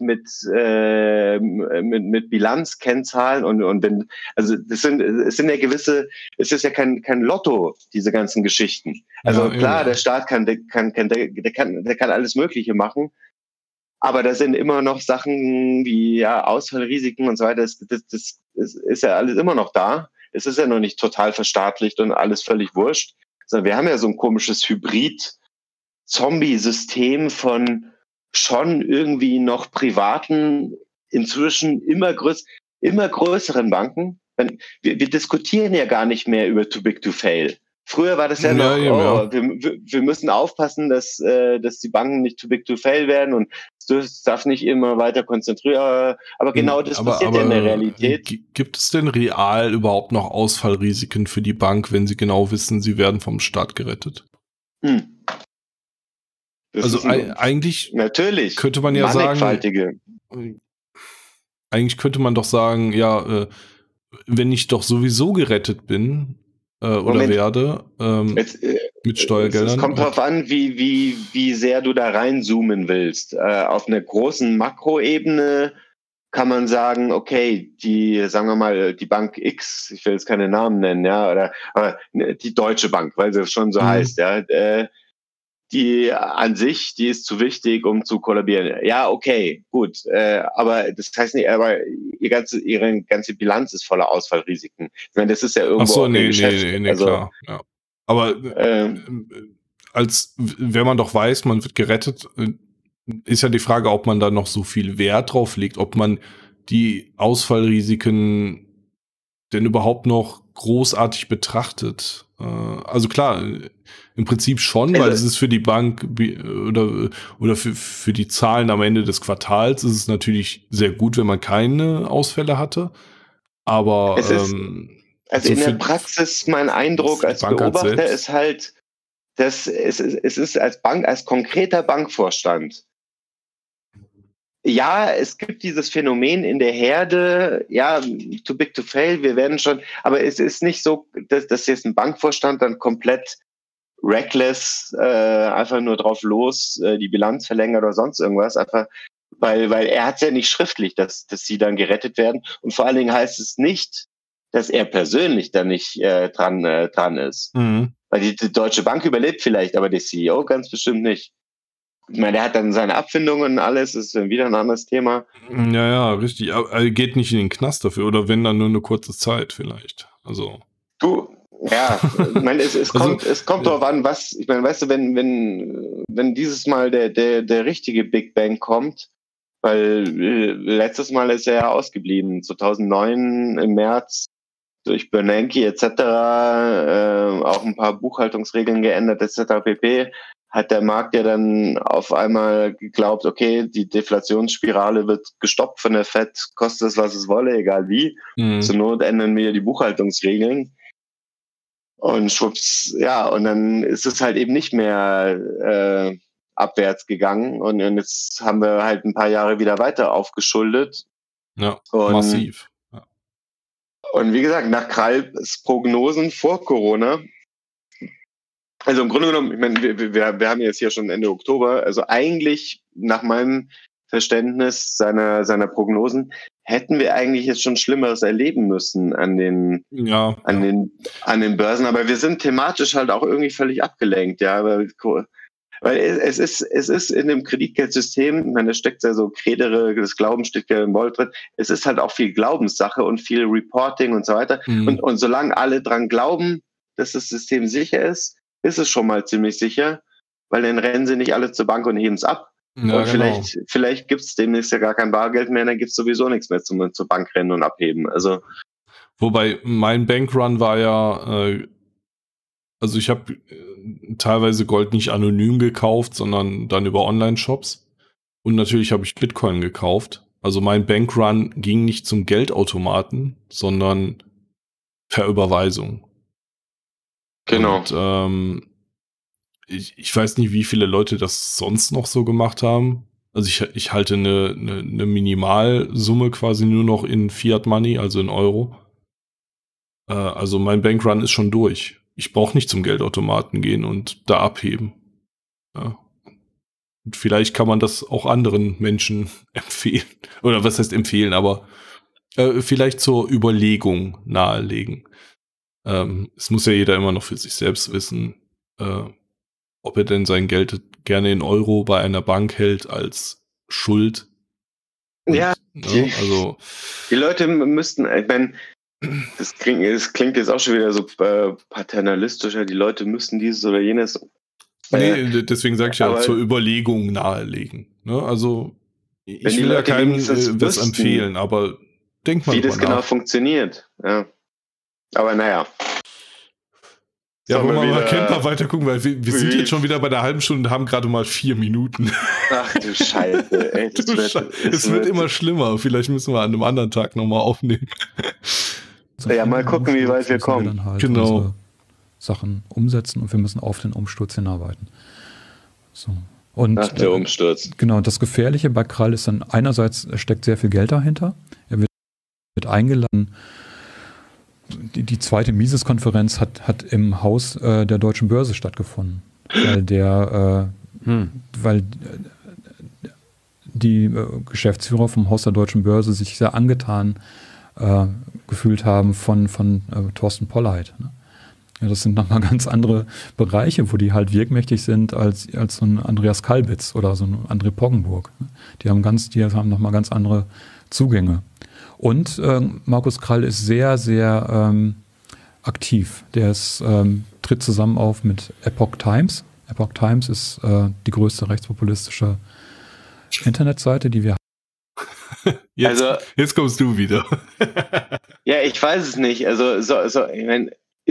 Bilanzkennzahlen und wenn, also es sind ja gewisse, es ist ja kein Lotto, diese ganzen Geschichten. Also ja, klar, der Staat kann alles Mögliche machen, aber da sind immer noch Sachen wie ja Ausfallrisiken und so weiter. Das ist ja alles immer noch da. Es ist ja noch nicht total verstaatlicht und alles völlig wurscht, sondern wir haben ja so ein komisches Hybrid-Zombie-System von schon irgendwie noch privaten, inzwischen immer größeren Banken. Wir diskutieren ja gar nicht mehr über Too Big to Fail. Früher war das ja noch, wir müssen aufpassen, dass die Banken nicht too big to fail werden und es darf nicht immer weiter konzentrieren. Aber genau das passiert ja in der Realität. Gibt es denn real überhaupt noch Ausfallrisiken für die Bank, wenn sie genau wissen, sie werden vom Staat gerettet? Also eigentlich natürlich könnte man ja sagen, eigentlich könnte man doch sagen, ja, wenn ich doch sowieso gerettet bin, oder werde mit Steuergeldern. Es kommt darauf an, wie sehr du da reinzoomen willst. Auf einer großen Makroebene kann man sagen, okay, sagen wir mal, die Bank X, ich will jetzt keine Namen nennen, ja, oder die Deutsche Bank, weil sie schon so heißt, ja, die an sich, die ist zu wichtig, um zu kollabieren. Ja, okay, gut. Aber das heißt nicht, aber ihre ganze Bilanz ist voller Ausfallrisiken. Ich meine, das ist ja irgendwo auch nee, also, klar. Ja. Aber wenn man doch weiß, man wird gerettet, ist ja die Frage, ob man da noch so viel Wert drauf legt, ob man die Ausfallrisiken denn überhaupt noch großartig betrachtet. Also klar, im Prinzip schon, weil es ist für die Bank oder für die Zahlen am Ende des Quartals ist es natürlich sehr gut, wenn man keine Ausfälle hatte. Aber also in der Praxis mein Eindruck als Beobachter ist halt, dass es ist als konkreter Bankvorstand. Ja, es gibt dieses Phänomen in der Herde, ja, too big to fail, wir werden schon, aber es ist nicht so, dass jetzt ein Bankvorstand dann komplett reckless, einfach nur drauf los, die Bilanz verlängert oder sonst irgendwas, einfach, weil er hat es ja nicht schriftlich, dass sie dann gerettet werden und vor allen Dingen heißt es nicht, dass er persönlich da nicht dran ist. Weil die Deutsche Bank überlebt vielleicht, aber der CEO ganz bestimmt nicht. Ich meine, der hat dann seine Abfindungen und alles, das ist dann wieder ein anderes Thema. Ja, richtig. Aber er geht nicht in den Knast dafür, oder wenn dann nur eine kurze Zeit vielleicht. Also. Ja, ich meine, es kommt darauf an, ich meine, weißt du, wenn dieses Mal der richtige Big Bang kommt, weil letztes Mal ist er ja ausgeblieben, 2009 im März durch Bernanke etc., auch ein paar Buchhaltungsregeln geändert etc. pp., hat der Markt ja dann auf einmal geglaubt, okay, die Deflationsspirale wird gestoppt von der Fed, kostet es, was es wolle, egal wie. Zur Not ändern wir die Buchhaltungsregeln. Und schwupps, ja, und dann ist es halt eben nicht mehr abwärts gegangen. Und jetzt haben wir halt ein paar Jahre wieder weiter aufgeschuldet. Ja, massiv. Ja. Und wie gesagt, nach Kralls Prognosen vor Corona, also im Grunde genommen, ich meine, wir haben jetzt hier schon Ende Oktober, also eigentlich nach meinem Verständnis seiner Prognosen, hätten wir eigentlich jetzt schon Schlimmeres erleben müssen an den Börsen. Aber wir sind thematisch halt auch irgendwie völlig abgelenkt, ja. Weil es ist in dem Kreditgeldsystem, ich meine, da steckt ja so Kredere, das Glauben steckt ja im Wort drin, es ist halt auch viel Glaubenssache und viel Reporting und so weiter. Und solange alle dran glauben, dass das System sicher ist es schon mal ziemlich sicher, weil dann rennen sie nicht alle zur Bank und heben es ab. Ja, und vielleicht gibt es demnächst ja gar kein Bargeld mehr, dann gibt es sowieso nichts mehr zur Bank rennen und abheben. Also wobei mein Bankrun war ja, also ich habe teilweise Gold nicht anonym gekauft, sondern dann über Online-Shops. Und natürlich habe ich Bitcoin gekauft. Also mein Bankrun ging nicht zum Geldautomaten, sondern per Überweisung. Genau. Und ich weiß nicht, wie viele Leute das sonst noch so gemacht haben. Also ich halte eine Minimalsumme quasi nur noch in Fiat Money, also in Euro. Also mein Bankrun ist schon durch. Ich brauche nicht zum Geldautomaten gehen und da abheben. Ja. Und vielleicht kann man das auch anderen Menschen empfehlen. Oder was heißt empfehlen, aber vielleicht zur Überlegung nahelegen. Es muss ja jeder immer noch für sich selbst wissen, ob er denn sein Geld gerne in Euro bei einer Bank hält als Schuld. Und, ja, also die Leute müssten, das klingt jetzt auch schon wieder so paternalistisch, ja, die Leute müssten dieses oder jenes. Nee, deswegen sage ich ja zur Überlegung nahelegen. Ne? Also ich will ja keinem das empfehlen, aber denk mal wie das genau funktioniert. Ja. Aber naja. Ja, wollen wir mal Camper weiter gucken, weil wir sind jetzt schon wieder bei der halben Stunde und haben gerade mal 4 Minuten. Ach du Scheiße, ey. Es wird immer schlimmer. Vielleicht müssen wir an einem anderen Tag nochmal aufnehmen. Ja, mal gucken, wie weit wir kommen. Dann halt genau. Sachen umsetzen und wir müssen auf den Umsturz hinarbeiten. So. Und ach, der Umsturz. Genau, das Gefährliche bei Krall ist dann einerseits, steckt sehr viel Geld dahinter. Er wird eingeladen. Die zweite Mises-Konferenz hat im Haus der Deutschen Börse stattgefunden, weil die Geschäftsführer vom Haus der Deutschen Börse sich sehr angetan gefühlt haben von Thorsten Polleit. Ne? Ja, das sind nochmal ganz andere Bereiche, wo die halt wirkmächtig sind als so ein Andreas Kalbitz oder so ein André Poggenburg. Ne? Die haben nochmal ganz andere Zugänge. Und Markus Krall ist sehr, sehr aktiv. Der tritt zusammen auf mit Epoch Times. Epoch Times ist die größte rechtspopulistische Internetseite, die wir haben. Jetzt kommst du wieder. Ja, ich weiß es nicht. Also, ich meine,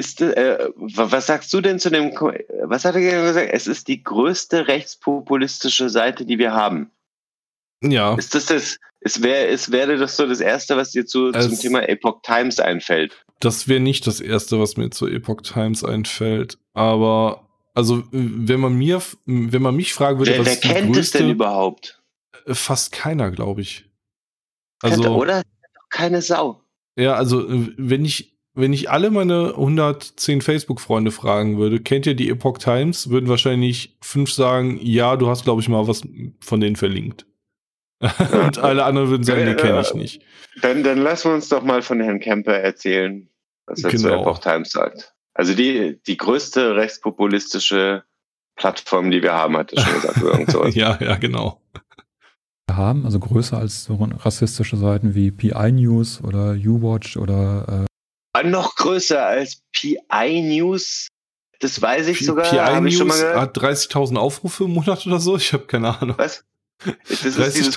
was sagst du denn zu dem, was hat er gesagt? Es ist die größte rechtspopulistische Seite, die wir haben. Ja. Ist das wäre das so das Erste, was dir zum Thema Epoch Times einfällt? Das wäre nicht das Erste, was mir zu Epoch Times einfällt. Aber, also, wenn man mich fragen würde, wer kennt es denn überhaupt? Fast keiner, glaube ich. Also, oder? Keine Sau. Ja, also, wenn ich alle meine 110 Facebook-Freunde fragen würde, kennt ihr die Epoch Times, würden wahrscheinlich 5 sagen, ja, du hast, glaube ich, mal was von denen verlinkt. Und alle anderen würden sagen, die kenne ich nicht. Dann lassen wir uns doch mal von Herrn Kemper erzählen, was er zu Epoch Times sagt. Also die größte rechtspopulistische Plattform, die wir haben, hat er schon gesagt. Irgend sowas. Ja, genau. Wir haben, also größer als so rassistische Seiten wie PI News oder U-Watch oder noch größer als PI News? Das weiß ich sogar. PI News hat 30.000 Aufrufe im Monat oder so? Ich habe keine Ahnung. Was? Das ist dieses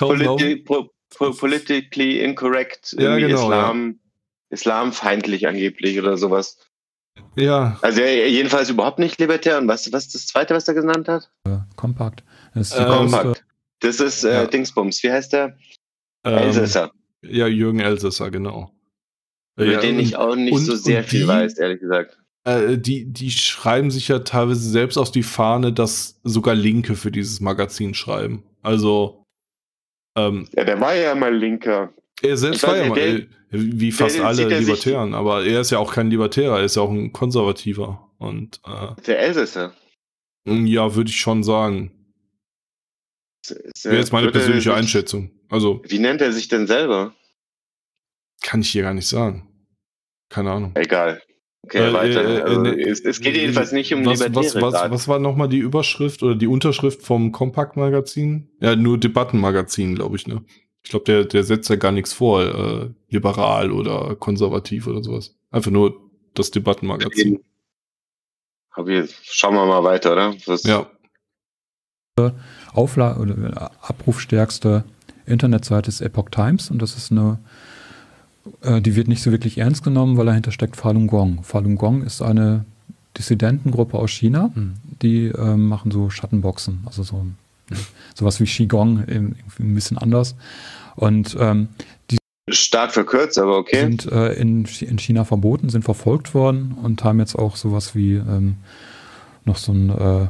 politically incorrect, ja, genau, islamfeindlich angeblich oder sowas. Ja. Also jedenfalls überhaupt nicht libertär. Und was ist das Zweite, was er genannt hat? Kompakt. Kompakt. Das ist Dingsbums. Wie heißt der? Elsässer. Ja, Jürgen Elsässer, genau. Über den ich auch nicht so sehr viel weiß, ehrlich gesagt. Die schreiben sich ja teilweise selbst auf die Fahne, dass sogar Linke für dieses Magazin schreiben. Also ja, der war ja mal Linker. Er selbst war ja mal, wie fast alle Libertären, aber er ist ja auch kein Libertärer, er ist ja auch ein Konservativer. Und der Elsässer. Ja, würde ich schon sagen. Wäre jetzt meine persönliche Einschätzung. Also, wie nennt er sich denn selber? Kann ich hier gar nicht sagen. Keine Ahnung. Egal. Okay, weiter. Also, es geht jedenfalls nicht um Libertäre. Was war nochmal die Überschrift oder die Unterschrift vom Kompakt-Magazin? Ja, nur Debattenmagazin, glaube ich, ne? Ich glaube, der setzt ja gar nichts vor, liberal oder konservativ oder sowas. Einfach nur das Debattenmagazin. Schauen wir mal weiter, oder? Ja. Auflage oder abrufstärkste Internetseite ist Epoch Times und das ist die wird nicht so wirklich ernst genommen, weil dahinter steckt Falun Gong. Falun Gong ist eine Dissidentengruppe aus China, die machen so Schattenboxen, also sowas wie Qigong, ein bisschen anders. Und die stark verkürzt, aber okay. Sind in China verboten, sind verfolgt worden und haben jetzt auch sowas wie noch so ein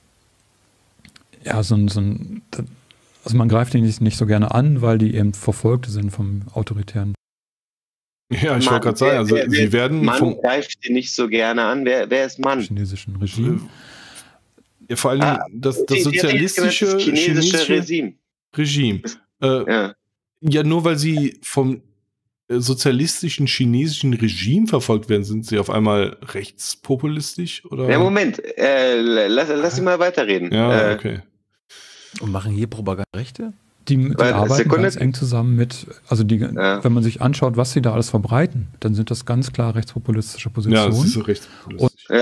also man greift die nicht so gerne an, weil die eben Verfolgte sind vom autoritären. Ja, ich wollte gerade sagen, also sie werden man greift die nicht so gerne an. Wer ist Mann? Chinesischen Regime. Ja, vor allem das sozialistische chinesische Regime. Ja, nur weil sie vom sozialistischen chinesischen Regime verfolgt werden, sind sie auf einmal rechtspopulistisch? Oder? Ja, Moment. Lass ihn mal weiterreden. Ja, okay. Und machen hier Propagandarechte? Die arbeiten ganz eng zusammen mit, also wenn man sich anschaut, was sie da alles verbreiten, dann sind das ganz klar rechtspopulistische Positionen. Ja, das ist so rechtspopulistisch.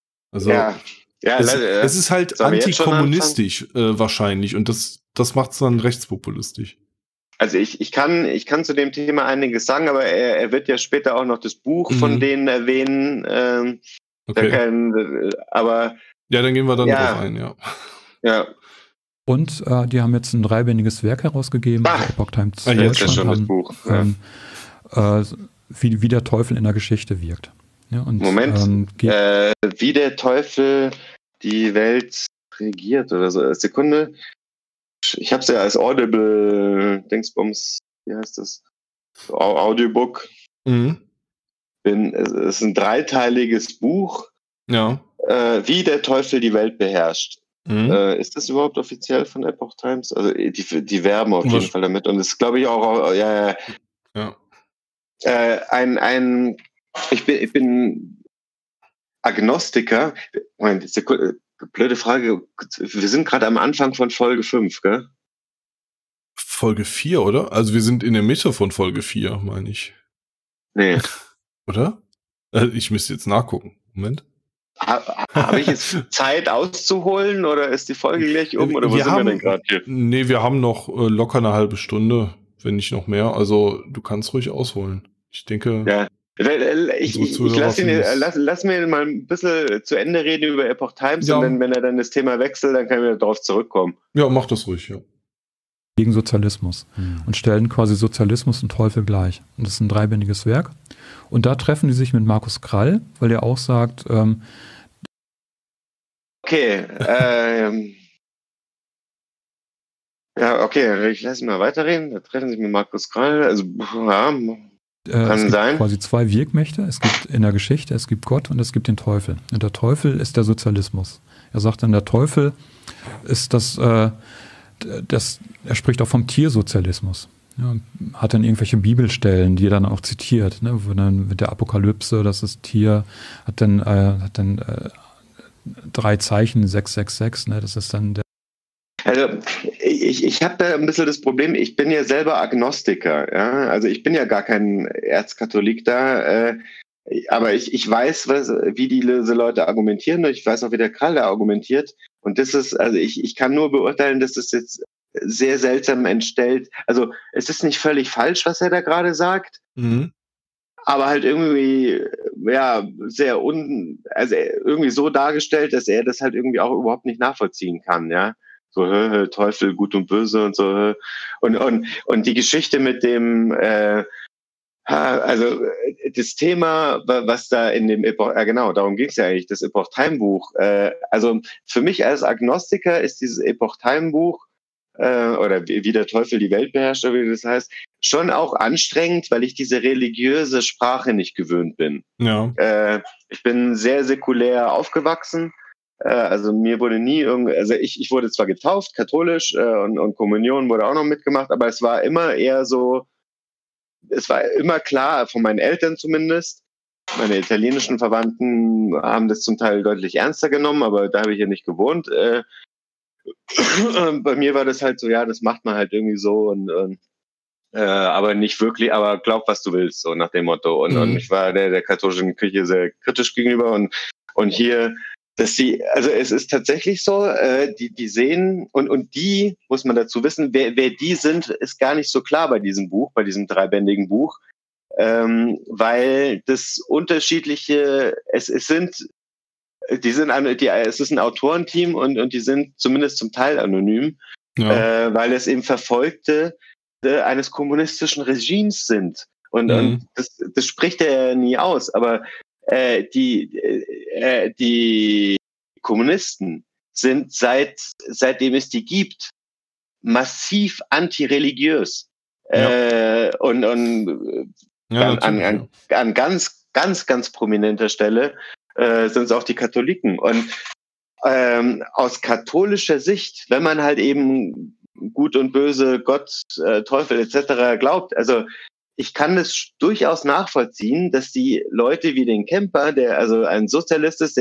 Es ist halt antikommunistisch wahrscheinlich und das macht es dann rechtspopulistisch. Also ich kann zu dem Thema einiges sagen, aber er wird ja später auch noch das Buch von denen erwähnen. Okay. Aber ja, dann gehen wir dann drauf ein, ja. Ja. Und die haben jetzt ein 3-bändiges Werk herausgegeben, Epoch Times. Jetzt ist schon das Buch. Wie der Teufel in der Geschichte wirkt. Ja, und, Moment, wie der Teufel die Welt regiert oder so. Sekunde. Ich habe es ja als Audible-Dingsbums, wie heißt das? Audiobook. Es ist ein 3-teiliges Buch. Ja. Wie der Teufel die Welt beherrscht. Ist das überhaupt offiziell von Epoch Times? Also die werben auf jeden Fall damit und das glaube ich auch, ja. Ich bin Agnostiker. Moment, blöde Frage. Wir sind gerade am Anfang von Folge 5, gell? Folge 4, oder? Also wir sind in der Mitte von Folge 4, meine ich. Nee. Oder? Ich müsste jetzt nachgucken. Moment. Habe ich jetzt Zeit auszuholen oder ist die Folge gleich um? Oder wo sind wir denn gerade hier? Nee, wir haben noch locker eine halbe Stunde, wenn nicht noch mehr. Also du kannst ruhig ausholen. Ich denke... Ja. Ich lass mir mal ein bisschen zu Ende reden über Epoch Times und wenn er dann das Thema wechselt, dann können wir darauf zurückkommen. Ja, mach das ruhig, ja. Gegen Sozialismus und stellen quasi Sozialismus und Teufel gleich. Und das ist ein 3-bändiges Werk. Und da treffen die sich mit Markus Krall, weil er auch sagt, okay, ich lasse mal weiterreden. Da treffen sie sich mit Markus Krall. Also, kann es sein. Gibt quasi 2 Wirkmächte. Es gibt in der Geschichte, es gibt Gott und es gibt den Teufel. Und der Teufel ist der Sozialismus. Er sagt dann, der Teufel ist er spricht auch vom Tiersozialismus. Ja, hat dann irgendwelche Bibelstellen, die er dann auch zitiert, ne, wo dann mit der Apokalypse, das ist Tier, hat dann 3 Zeichen, 666, ne, das ist dann der. Also ich habe da ein bisschen das Problem, ich bin ja selber Agnostiker, ja, also ich bin ja gar kein Erzkatholik da, aber ich weiß, wie diese Leute argumentieren, ich weiß auch, wie der Krall da argumentiert und das ist, also ich kann nur beurteilen, dass das jetzt sehr seltsam entstellt, also es ist nicht völlig falsch, was er da gerade sagt, aber halt irgendwie, ja, also irgendwie so dargestellt, dass er das halt irgendwie auch überhaupt nicht nachvollziehen kann, ja. So Teufel, Gut und Böse und so. Und die Geschichte mit dem, also das Thema, was da in dem Epoch, genau, darum ging es ja eigentlich, das Epoch Time Buch. Also für mich als Agnostiker ist dieses Epoch Time Buch oder wie der Teufel die Welt beherrscht, oder wie das heißt, schon auch anstrengend, weil ich diese religiöse Sprache nicht gewöhnt bin. Ja. Ich bin sehr säkulär aufgewachsen. Also mir wurde nie irgendwie, also ich wurde zwar getauft, katholisch, und Kommunion wurde auch noch mitgemacht, aber es war immer eher so, es war immer klar, von meinen Eltern zumindest, meine italienischen Verwandten haben das zum Teil deutlich ernster genommen, aber da habe ich ja nicht gewohnt. Bei mir war das halt so, ja, das macht man halt irgendwie so und aber nicht wirklich, aber glaub, was du willst, so nach dem Motto. Und ich war der katholischen Kirche sehr kritisch gegenüber und hier, dass also es ist tatsächlich so, die sehen und die, muss man dazu wissen, wer die sind, ist gar nicht so klar bei diesem Buch, bei diesem 3-bändigen Buch, weil das unterschiedliche, es ist ein Autorenteam und die sind zumindest zum Teil anonym, weil es eben Verfolgte eines kommunistischen Regimes sind. Und das spricht er ja nie aus, aber die Kommunisten sind seitdem es die gibt, massiv antireligiös. Und an ganz, ganz, ganz prominenter Stelle sind es auch die Katholiken. Und aus katholischer Sicht, wenn man halt eben Gut und Böse, Gott, Teufel etc. glaubt, also ich kann es durchaus nachvollziehen, dass die Leute wie den Kemper, der also ein Sozialist ist,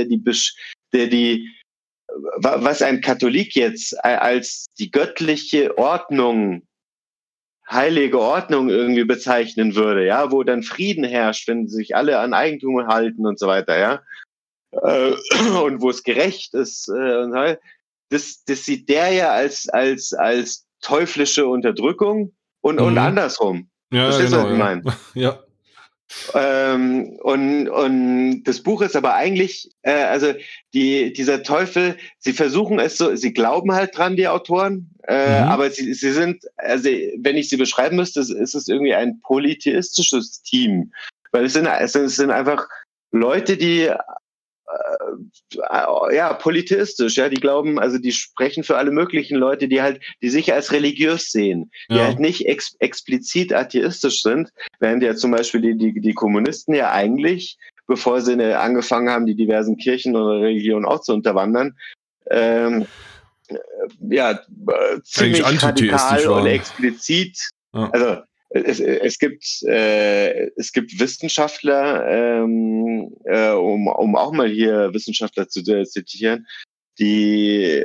was ein Katholik jetzt als die göttliche Ordnung, heilige Ordnung irgendwie bezeichnen würde, ja, wo dann Frieden herrscht, wenn sich alle an Eigentum halten und so weiter, ja, und wo es gerecht ist, das sieht der ja als teuflische Unterdrückung und andersrum. Ja, verstehst genau, du, was ich meine? Ja. Und das Buch ist aber eigentlich, also dieser Teufel, sie versuchen es so, sie glauben halt dran, die Autoren, aber sie sind, also wenn ich sie beschreiben müsste, ist es irgendwie ein polytheistisches Team, weil es sind einfach Leute, die polytheistisch, ja, die glauben, also die sprechen für alle möglichen Leute, die sich als religiös sehen, die halt nicht explizit atheistisch sind, während ja zum Beispiel die Kommunisten ja eigentlich, bevor sie angefangen haben, die diversen Kirchen oder Religionen auch zu unterwandern, ziemlich radikal und explizit, also es gibt Wissenschaftler, um auch mal hier Wissenschaftler zu zitieren, die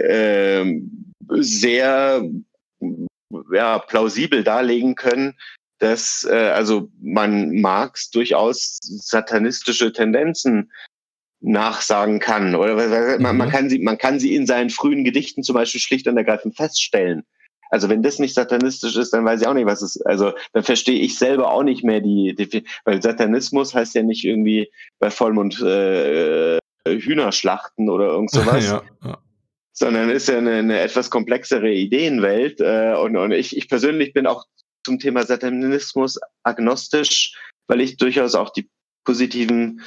sehr plausibel darlegen können, dass also man Marx durchaus satanistische Tendenzen nachsagen kann oder man kann sie in seinen frühen Gedichten zum Beispiel schlicht und ergreifend feststellen. Also wenn das nicht satanistisch ist, dann weiß ich auch nicht, was es ist. Also dann verstehe ich selber auch nicht mehr weil Satanismus heißt ja nicht irgendwie bei Vollmond Hühnerschlachten oder irgend sowas, sondern ist ja eine etwas komplexere Ideenwelt. Und ich persönlich bin auch zum Thema Satanismus agnostisch, weil ich durchaus auch die positiven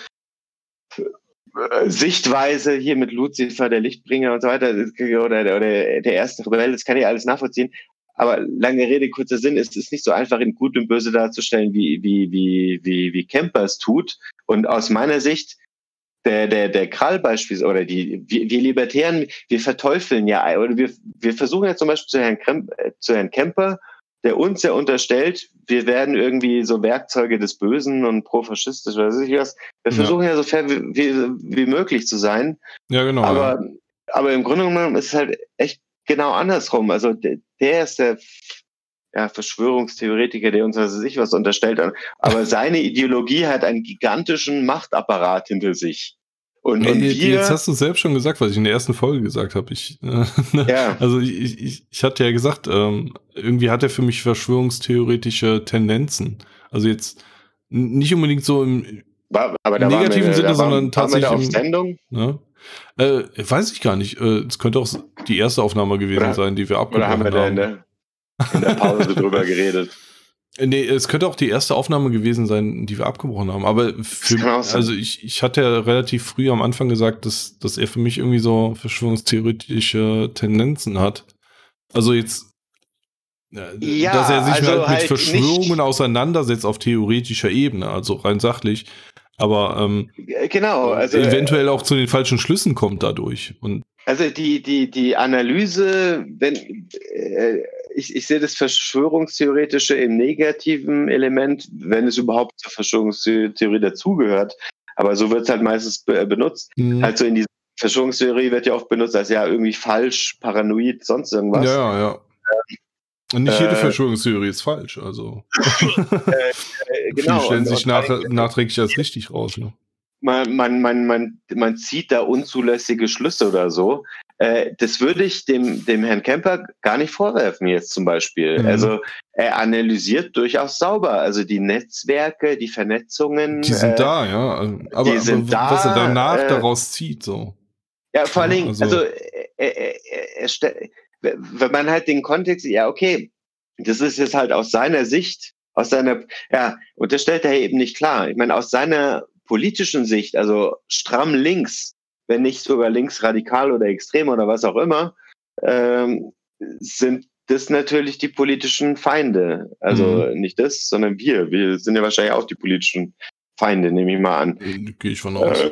Sichtweise hier mit Luzifer, der Lichtbringer und so weiter, oder der erste Rebell, das kann ich alles nachvollziehen. Aber lange Rede, kurzer Sinn, es ist nicht so einfach, in Gut und Böse darzustellen, wie Kemper es tut. Und aus meiner Sicht, der Krall beispielsweise, oder wir Libertären, wir verteufeln ja, oder wir versuchen ja zum Beispiel zu Herrn Kemper, der uns ja unterstellt, wir werden irgendwie so Werkzeuge des Bösen und profaschistisch oder weiß ich was. Wir versuchen ja so fair wie möglich zu sein. Ja, genau. Aber im Grunde genommen ist es halt echt genau andersrum. Also der ist der Verschwörungstheoretiker, der uns was unterstellt. Aber seine Ideologie hat einen gigantischen Machtapparat hinter sich. Und jetzt hast du selbst schon gesagt, was ich in der ersten Folge gesagt habe. Also ich hatte ja gesagt, irgendwie hat er für mich verschwörungstheoretische Tendenzen. Also jetzt nicht unbedingt so im negativen Sinne, sondern tatsächlich auf Sendung? Weiß ich gar nicht. Es könnte auch die erste Aufnahme gewesen sein, die wir abgebrochen haben. Oder haben wir da in der Pause drüber geredet? Nee, es könnte auch die erste Aufnahme gewesen sein, die wir abgebrochen haben. Aber also ich hatte ja relativ früh am Anfang gesagt, dass er für mich irgendwie so verschwörungstheoretische Tendenzen hat. Also jetzt, dass er sich mit Verschwörungen auseinandersetzt auf theoretischer Ebene, also rein sachlich. Aber genau, also eventuell auch zu den falschen Schlüssen kommt dadurch. Und also die Analyse, ich sehe das Verschwörungstheoretische im negativen Element, wenn es überhaupt zur Verschwörungstheorie dazugehört. Aber so wird es halt meistens benutzt. Also in dieser Verschwörungstheorie wird ja oft benutzt als ja irgendwie falsch, paranoid, sonst irgendwas. Ja. Und nicht jede Verschwörungstheorie ist falsch. Also genau. Viele stellen sich nachträglich als richtig raus. Ne? Man zieht da unzulässige Schlüsse oder so. Das würde ich dem Herrn Kemper gar nicht vorwerfen jetzt zum Beispiel. Also er analysiert durchaus sauber. Also die Netzwerke, die Vernetzungen. Die sind da, ja. Aber was er danach daraus zieht, so. Ja, vor allen Dingen, also wenn man halt den Kontext, ja, okay, das ist jetzt halt aus seiner Sicht, und das stellt er eben nicht klar. Ich meine, aus seiner politischen Sicht, also stramm links, wenn nicht sogar linksradikal oder extrem oder was auch immer, sind das natürlich die politischen Feinde. Also nicht das, sondern wir. Wir sind ja wahrscheinlich auch die politischen Feinde, nehme ich mal an. Gehe ich von aus.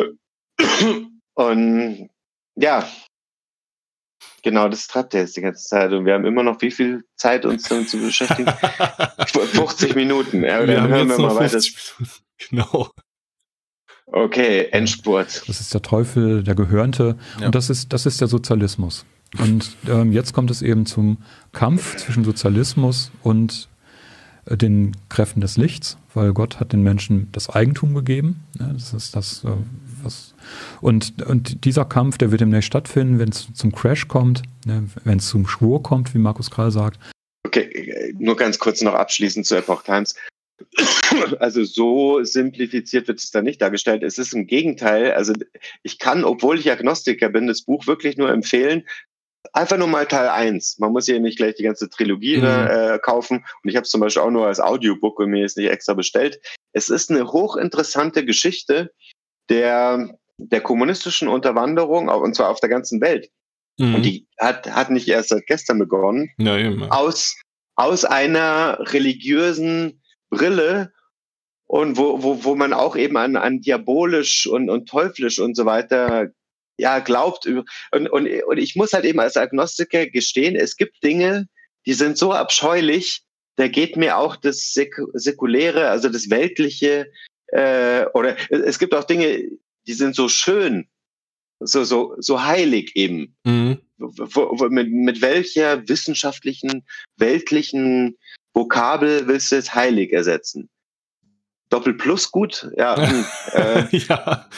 Und ja, genau, das treibt er jetzt die ganze Zeit. Und wir haben immer noch wie viel Zeit, uns damit zu beschäftigen? 50 Minuten. Ja, wir haben jetzt noch 50 Minuten. Genau. Okay, Endspurt. Das ist der Teufel, der Gehörnte. Ja. Und das ist der Sozialismus. Und jetzt kommt es eben zum Kampf zwischen Sozialismus und den Kräften des Lichts, weil Gott hat den Menschen das Eigentum gegeben. Ja, das ist das, was. Und dieser Kampf, der wird demnächst stattfinden, wenn es zum Crash kommt, ne, wenn es zum Schwur kommt, wie Markus Krall sagt. Okay, nur ganz kurz noch abschließend zu Epoch Times. Also so simplifiziert wird es da nicht dargestellt. Es ist im Gegenteil. Also ich kann, obwohl ich Agnostiker bin, das Buch wirklich nur empfehlen. Einfach nur mal Teil 1. Man muss hier nicht gleich die ganze Trilogie kaufen. Und ich habe es zum Beispiel auch nur als Audiobook und mir ist nicht extra bestellt. Es ist eine hochinteressante Geschichte der kommunistischen Unterwanderung, und zwar auf der ganzen Welt. Und die hat nicht erst seit gestern begonnen. Ja, eben. Aus einer religiösen Brille und wo man auch eben an diabolisch und teuflisch und so weiter glaubt. Und ich muss halt eben als Agnostiker gestehen, es gibt Dinge, die sind so abscheulich, da geht mir auch das Säkuläre, also das Weltliche, oder es gibt auch Dinge, die sind so schön, so heilig eben. Mit welcher wissenschaftlichen, weltlichen Vokabel willst du jetzt heilig ersetzen? Doppel-Plus gut? Ja. Ja.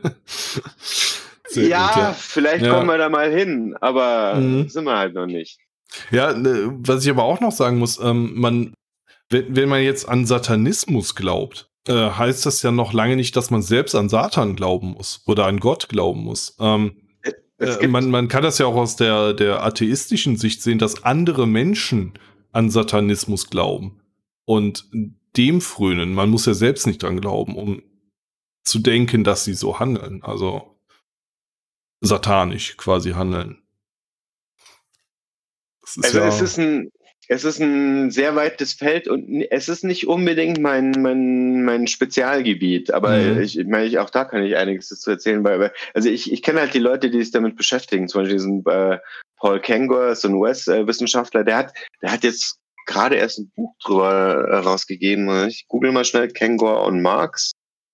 Ja, vielleicht kommen wir da mal hin, aber sind wir halt noch nicht. Ja, was ich aber auch noch sagen muss, wenn man jetzt an Satanismus glaubt, heißt das ja noch lange nicht, dass man selbst an Satan glauben muss oder an Gott glauben muss. Man kann das ja auch aus der atheistischen Sicht sehen, dass andere Menschen an Satanismus glauben und dem frönen. Man muss ja selbst nicht dran glauben, um zu denken, dass sie so handeln. Also satanisch quasi handeln. Es ist ein sehr weites Feld und es ist nicht unbedingt mein Spezialgebiet, aber auch da kann ich einiges dazu erzählen, weil also ich kenne halt die Leute, die sich damit beschäftigen, zum Beispiel diesen Paul Kengor, so ein US-Wissenschaftler, der hat jetzt gerade erst ein Buch drüber rausgegeben. Ich google mal schnell Kengor und Marx.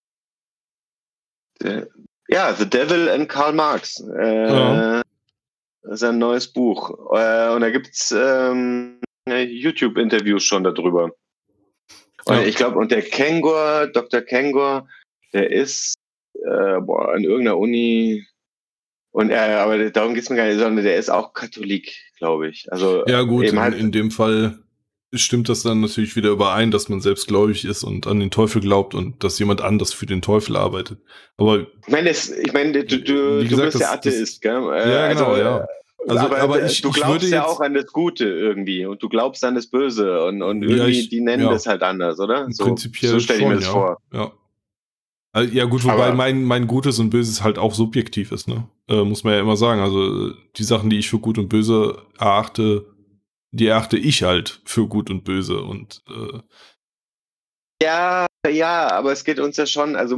The Devil and Karl Marx. Das ist ein neues Buch. Und da gibt's YouTube-Interviews schon darüber. Und ich glaube, und der Kengor, Dr. Kengor, der ist an irgendeiner Uni. Und aber darum geht's mir gar nicht, sondern der ist auch Katholik, glaube ich. Also ja gut, eben halt in dem Fall stimmt das dann natürlich wieder überein, dass man selbst gläubig ist und an den Teufel glaubt und dass jemand anders für den Teufel arbeitet. Aber ich meine, du bist ja Atheist, gell? Ja, genau, ja. Aber du glaubst ja auch an das Gute irgendwie und du glaubst an das Böse und irgendwie die nennen das halt anders, oder? Prinzipiell so stelle ich mir das vor. Ja. Ja gut, wobei mein Gutes und Böses halt auch subjektiv ist, ne? Muss man ja immer sagen. Also die Sachen, die ich für gut und böse erachte, die erachte ich halt für gut und böse und Ja, aber es geht uns ja schon, also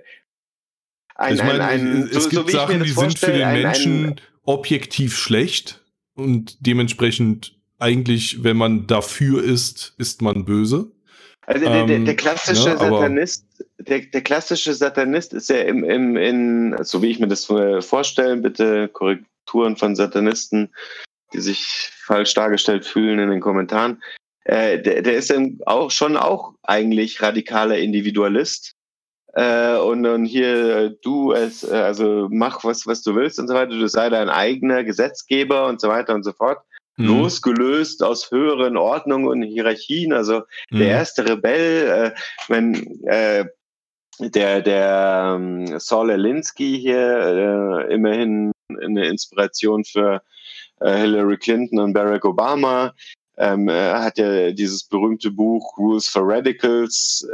es gibt Sachen, die sind für den Menschen objektiv schlecht und dementsprechend eigentlich, wenn man dafür ist man böse. Also der klassische Satanist, der klassische Satanist ist ja so wie ich mir das vorstelle, bitte Korrekturen von Satanisten, die sich falsch dargestellt fühlen in den Kommentaren. Der ist auch eigentlich radikaler Individualist. Und hier du also mach was du willst und so weiter, du sei dein eigener Gesetzgeber und so weiter und so fort. Losgelöst aus höheren Ordnungen und Hierarchien, also der erste Rebell, der Saul Alinsky hier, immerhin eine Inspiration für Hillary Clinton und Barack Obama, hat ja dieses berühmte Buch Rules for Radicals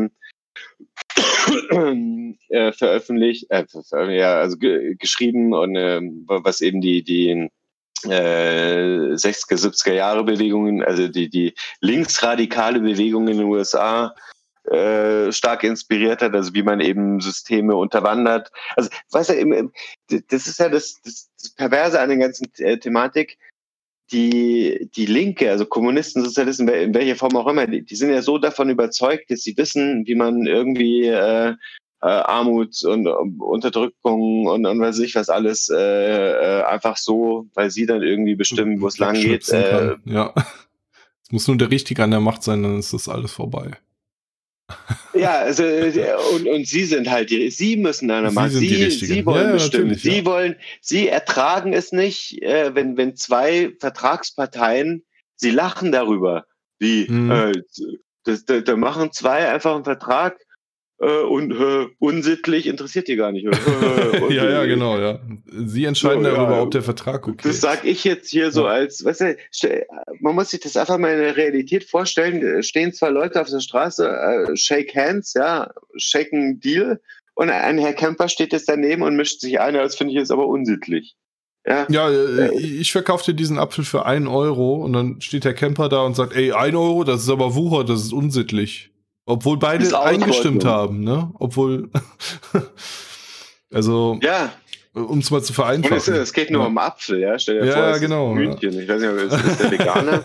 veröffentlicht, geschrieben und was eben die 60er, 70er Jahre Bewegungen, also die linksradikale Bewegung in den USA stark inspiriert hat, also wie man eben Systeme unterwandert. Also, weißt du, das ist ja das Perverse an der ganzen Thematik. Die Linke, also Kommunisten, Sozialisten, in welcher Form auch immer, die sind ja so davon überzeugt, dass sie wissen, wie man irgendwie Armut und Unterdrückung und weiß ich was alles einfach so, weil sie dann irgendwie bestimmen, wo es lang geht. Ja, es muss nur der Richtige an der Macht sein, dann ist das alles vorbei. Ja, also und sie sind halt sie müssen an der Macht. Sie wollen bestimmen. Sie ertragen es nicht, wenn zwei Vertragsparteien, sie lachen darüber. Wie da machen zwei einfach einen Vertrag und unsittlich interessiert die gar nicht. Ja, genau, ja. Sie entscheiden darüber, ob der Vertrag okay ist. Das sage ich jetzt hier so als, weißt du, man muss sich das einfach mal in der Realität vorstellen, stehen zwei Leute auf der Straße, shake hands, ja, shaken Deal und ein Herr Kemper steht jetzt daneben und mischt sich ein, das finde ich jetzt aber unsittlich. Ja, ich verkaufe dir diesen Apfel für 1 Euro und dann steht Herr Kemper da und sagt, 1 Euro, das ist aber Wucher, das ist unsittlich. Obwohl beide eingestimmt haben, ne? Obwohl, also, um es mal zu vereinfachen. Es geht nur um Apfel, ja? Stell dir vor, ja, genau. Hühnchen. Ich weiß nicht, ist der Veganer?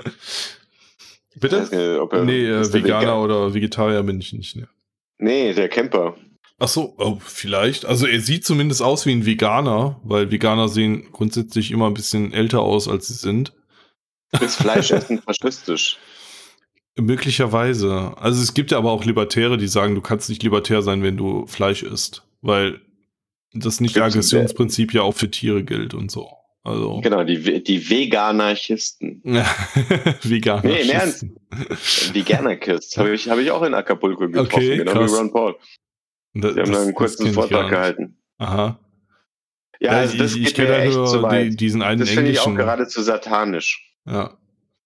Bitte? Nicht, Veganer oder Vegetarier bin ich nicht, ne? Nee, der Camper. Ach so, vielleicht. Also er sieht zumindest aus wie ein Veganer, weil Veganer sehen grundsätzlich immer ein bisschen älter aus, als sie sind. Ist Fleischessen faschistisch? Möglicherweise. Also es gibt ja aber auch Libertäre, die sagen, du kannst nicht libertär sein, wenn du Fleisch isst, weil das Nicht-Aggressionsprinzip ja auch für Tiere gilt und so. Also genau, die Veganarchisten. Veganarchisten. Die Veganerkists habe ich auch in Acapulco getroffen, okay, genau krass. wie Ron Paul. Die haben dann einen kurzen Vortrag gehalten. Aha. Ja, also das ich kenne ja nur diesen einen das finde ich auch geradezu satanisch. Ja.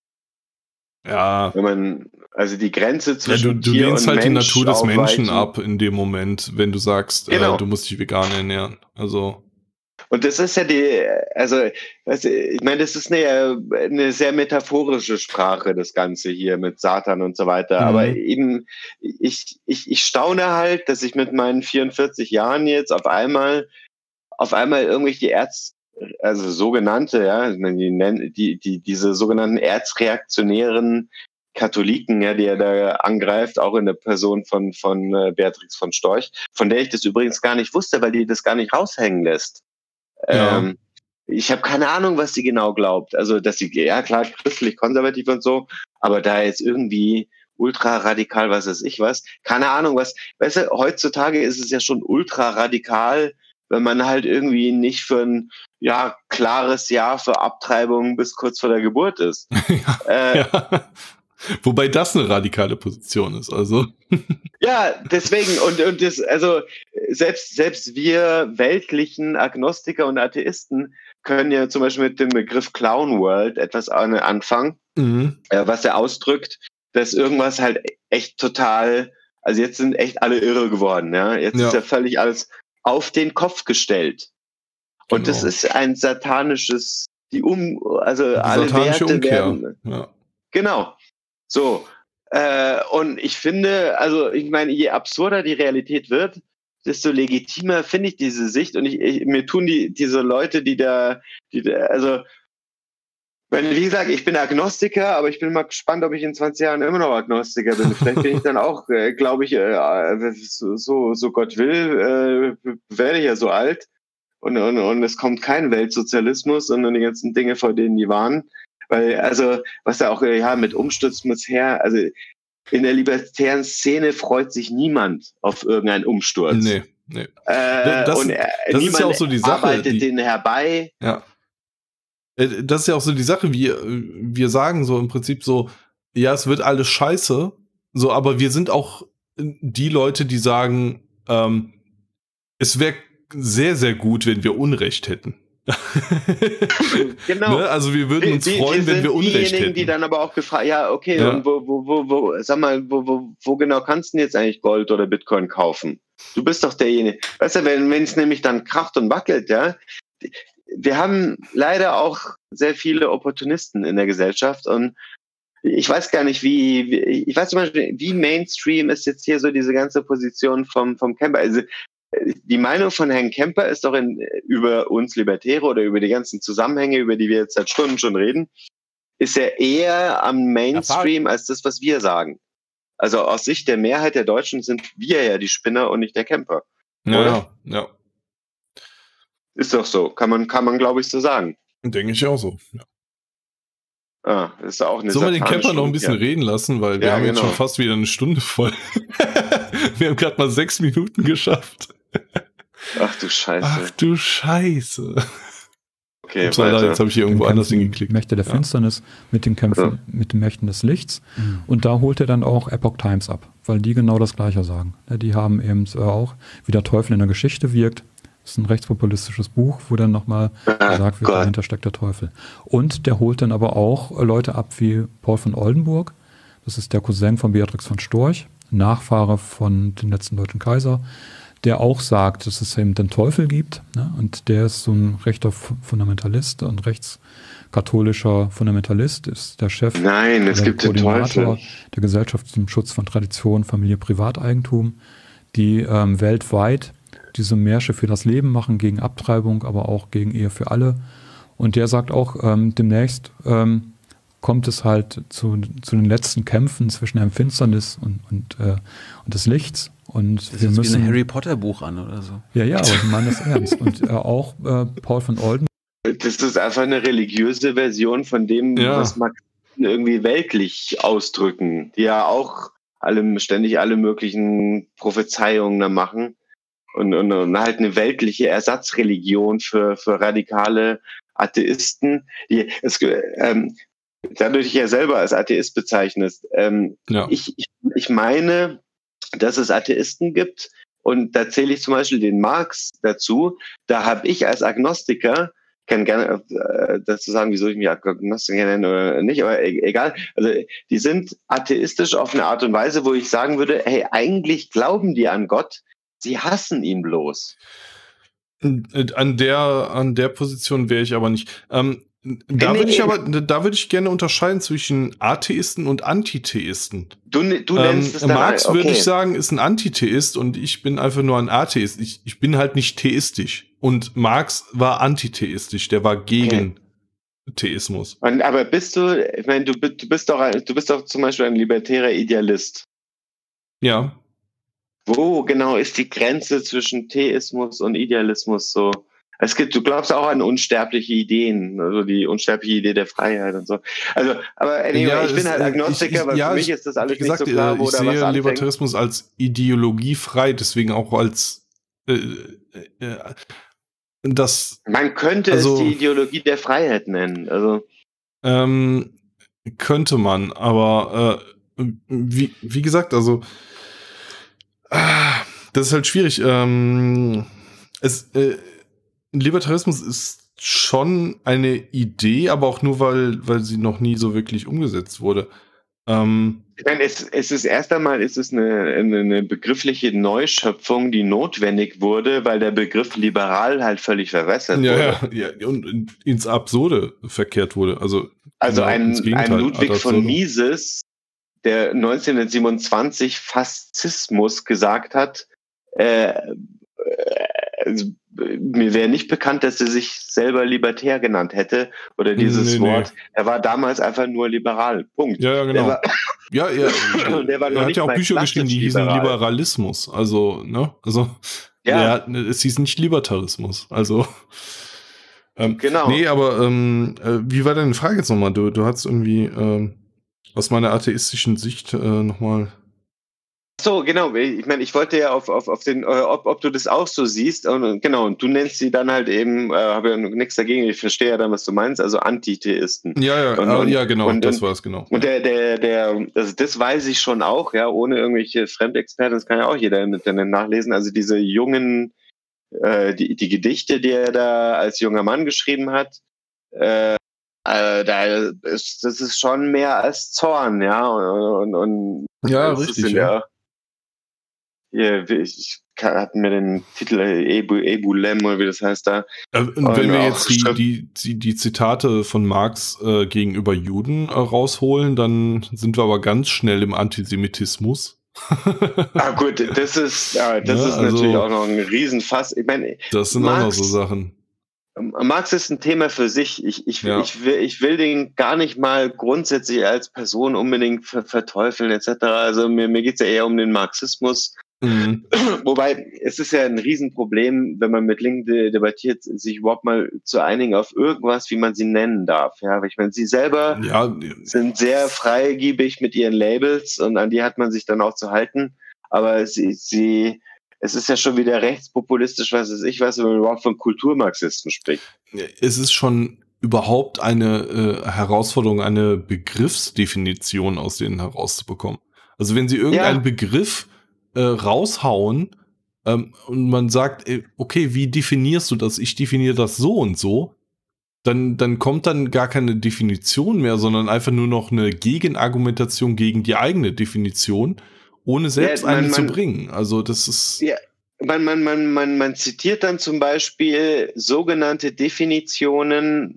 Ja. Wenn man, also die Grenze zwischen du Tier lehnst und halt die Mensch Natur des Menschen aufweichen. ab in dem Moment, wenn du sagst, du musst dich vegan ernähren. Also. Und das ist ja ich meine, das ist eine sehr metaphorische Sprache, das Ganze hier mit Satan und so weiter. Aber eben, ich staune halt, dass ich mit meinen 44 Jahren jetzt auf einmal irgendwelche also sogenannte, ja, diese sogenannten erzreaktionären Katholiken, ja, die er da angreift, auch in der Person von Beatrix von Storch, von der ich das übrigens gar nicht wusste, weil die das gar nicht raushängen lässt. Ja. Ich habe keine Ahnung, was sie genau glaubt. Also, dass sie, ja klar, christlich, konservativ und so, aber da jetzt irgendwie ultra radikal, was weiß ich was, keine Ahnung, was, weißt du, heutzutage ist es ja schon ultra radikal, wenn man halt irgendwie nicht für ein klares Ja für Abtreibung bis kurz vor der Geburt ist. Ja. Wobei das eine radikale Position ist, also. Ja, deswegen, und das, also selbst wir weltlichen Agnostiker und Atheisten können ja zum Beispiel mit dem Begriff Clown World etwas anfangen, was er ausdrückt, dass irgendwas halt echt total, also jetzt sind echt alle irre geworden, ja. Jetzt ist ja völlig alles auf den Kopf gestellt. Und das ist ein satanisches, also alle Werte Umkehr. werden. Ja. Genau. So, Und ich finde, also ich meine, je absurder die Realität wird, desto legitimer finde ich diese Sicht. Und mir tun diese Leute, also wie gesagt, ich bin Agnostiker, aber ich bin mal gespannt, ob ich in 20 Jahren immer noch Agnostiker bin. Vielleicht bin ich dann auch, glaube ich, so Gott will, werde ich ja so alt. Und es kommt kein Weltsozialismus, sondern die ganzen Dinge, vor denen die warnen. Weil, also, was da auch mit Umsturz muss her, also in der libertären Szene freut sich niemand auf irgendeinen Umsturz. Nee. Das ist ja auch so die Sache. Arbeitet den herbei. Ja. Das ist ja auch so die Sache, wir sagen so im Prinzip so, ja, es wird alles scheiße, so, aber wir sind auch die Leute, die sagen, es wäre sehr, sehr gut, wenn wir Unrecht hätten. Genau. Ne? Also wir würden uns freuen, wenn wir Unrecht hätten. Die dann aber auch gefragt, ja, okay, ja. Und wo genau kannst du denn jetzt eigentlich Gold oder Bitcoin kaufen? Du bist doch derjenige. Weißt du, wenn es nämlich dann kracht und wackelt, ja, wir haben leider auch sehr viele Opportunisten in der Gesellschaft und ich weiß gar nicht, ich weiß zum Beispiel, wie Mainstream ist jetzt hier so diese ganze Position vom Camper. Also die Meinung von Herrn Kemper ist doch über uns Libertäre oder über die ganzen Zusammenhänge, über die wir jetzt seit Stunden schon reden, ist ja eher am Mainstream als das, was wir sagen. Also aus Sicht der Mehrheit der Deutschen sind wir ja die Spinner und nicht der Camper. Ja. Ist doch so. Kann man glaube ich, so sagen. Denke ich auch so. Ja. Das ist auch eine Sollen wir den Camper noch ein bisschen reden lassen, weil wir haben jetzt schon fast wieder eine Stunde voll. Wir haben gerade mal 6 Minuten geschafft. Ach du Scheiße. Okay, jetzt habe ich hier irgendwo anders hingeklickt. Mächte der Finsternis mit den Kämpfen, mit den Mächten des Lichts. Und da holt er dann auch Epoch Times ab, weil die genau das Gleiche sagen. Die haben eben auch, wie der Teufel in der Geschichte wirkt. Das ist ein rechtspopulistisches Buch, wo dann nochmal gesagt wird, dahinter steckt der Teufel. Und der holt dann aber auch Leute ab wie Paul von Oldenburg. Das ist der Cousin von Beatrix von Storch, Nachfahre von den letzten deutschen Kaiser, der auch sagt, dass es eben den Teufel gibt. Ne? Und der ist so ein rechter Fundamentalist und rechtskatholischer Fundamentalist, ist der Chef, es gibt den Teufel. Der Gesellschaft zum Schutz von Tradition, Familie, Privateigentum, die weltweit diese Märsche für das Leben machen, gegen Abtreibung, aber auch gegen Ehe für alle. Und der sagt auch, demnächst kommt es halt zu den letzten Kämpfen zwischen der Finsternis und des Lichts. Und das wir müssen wie ein Harry Potter Buch an oder so. Ja, aber ich meine das ernst. Und auch Paul von Oldenburg. Das ist einfach eine religiöse Version von dem, was Marxisten irgendwie weltlich ausdrücken, die ja auch ständig alle möglichen Prophezeiungen da machen. Und halt eine weltliche Ersatzreligion für radikale Atheisten. Da du dich ja selber als Atheist bezeichnest. Ich meine, dass es Atheisten gibt und da zähle ich zum Beispiel den Marx dazu. Da habe ich als Agnostiker, kann gerne dazu sagen, wieso ich mich Agnostiker nenne oder nicht, aber egal. Also die sind atheistisch auf eine Art und Weise, wo ich sagen würde, hey, eigentlich glauben die an Gott, sie hassen ihn bloß. An der Position wäre ich aber nicht. Da würde ich gerne unterscheiden zwischen Atheisten und Antitheisten. Du nennst es dann Marx, würde ich sagen, ist ein Antitheist und ich bin einfach nur ein Atheist. Ich bin halt nicht theistisch. Und Marx war antitheistisch, der war gegen Theismus. Aber bist du, ich meine, du bist doch zum Beispiel ein libertärer Idealist. Ja. Wo genau ist die Grenze zwischen Theismus und Idealismus so? Du glaubst auch an unsterbliche Ideen, also die unsterbliche Idee der Freiheit und so. Also, aber anyway, ich bin halt Agnostiker, weil für mich ist das alles nicht so klar, wo da was anfängt. Ich sehe Libertarismus als ideologiefrei, deswegen auch als Man könnte es die Ideologie der Freiheit nennen. Also könnte man, aber wie gesagt, also das ist halt schwierig. Libertarismus ist schon eine Idee, aber auch nur, weil sie noch nie so wirklich umgesetzt wurde. Ich meine, es ist erst einmal eine begriffliche Neuschöpfung, die notwendig wurde, weil der Begriff liberal halt völlig verwässert wurde. Ja, und ins Absurde verkehrt wurde. Also ein Ludwig von Mises, der 1927 Faschismus gesagt hat, also, mir wäre nicht bekannt, dass er sich selber libertär genannt hätte oder dieses Wort. Er war damals einfach nur liberal. Punkt. Ja, genau. Der war hat ja auch Bücher geschrieben, die hießen Liberalismus. Also, ne? Also, es hieß nicht Libertarismus. Also, genau. Nee, aber wie war deine Frage jetzt nochmal? Du hast irgendwie aus meiner atheistischen Sicht nochmal. So, genau. Ich meine, ich wollte ja auf den, ob du das auch so siehst. Und genau, und du nennst sie dann halt eben, habe ja nichts dagegen, ich verstehe ja dann, was du meinst, also Antitheisten. Ja, genau, das war es, genau. Und also das weiß ich schon auch, ja, ohne irgendwelche Fremdexperten, das kann ja auch jeder im Internet nachlesen. Also diese jungen, die Gedichte, die er da als junger Mann geschrieben hat, das ist schon mehr als Zorn, ja. Und ja, richtig. Ich hatte mir den Titel Ebulem oder wie das heißt da. Und wenn wir jetzt die Zitate von Marx gegenüber Juden rausholen, dann sind wir aber ganz schnell im Antisemitismus. Gut, das ist natürlich auch noch ein Riesenfass. Ich meine, das sind Marx, auch noch so Sachen. Marx ist ein Thema für sich. Ich will den gar nicht mal grundsätzlich als Person unbedingt verteufeln etc. Also mir geht es ja eher um den Marxismus. Mhm. Wobei, es ist ja ein Riesenproblem, wenn man mit Linken debattiert, sich überhaupt mal zu einigen auf irgendwas, wie man sie nennen darf. Ja, ich meine, sie selber sind sehr freigebig mit ihren Labels und an die hat man sich dann auch zu halten. Aber es ist ja schon wieder rechtspopulistisch, was weiß ich was, wenn man überhaupt von Kulturmarxisten spricht. Es ist schon überhaupt eine Herausforderung, eine Begriffsdefinition aus denen herauszubekommen. Also wenn sie irgendeinen Begriff raushauen und man sagt, okay, wie definierst du das? Ich definiere das so und so. Dann kommt dann gar keine Definition mehr, sondern einfach nur noch eine Gegenargumentation gegen die eigene Definition, ohne selbst eine zu bringen. Also das ist... Ja. Man zitiert dann zum Beispiel sogenannte Definitionen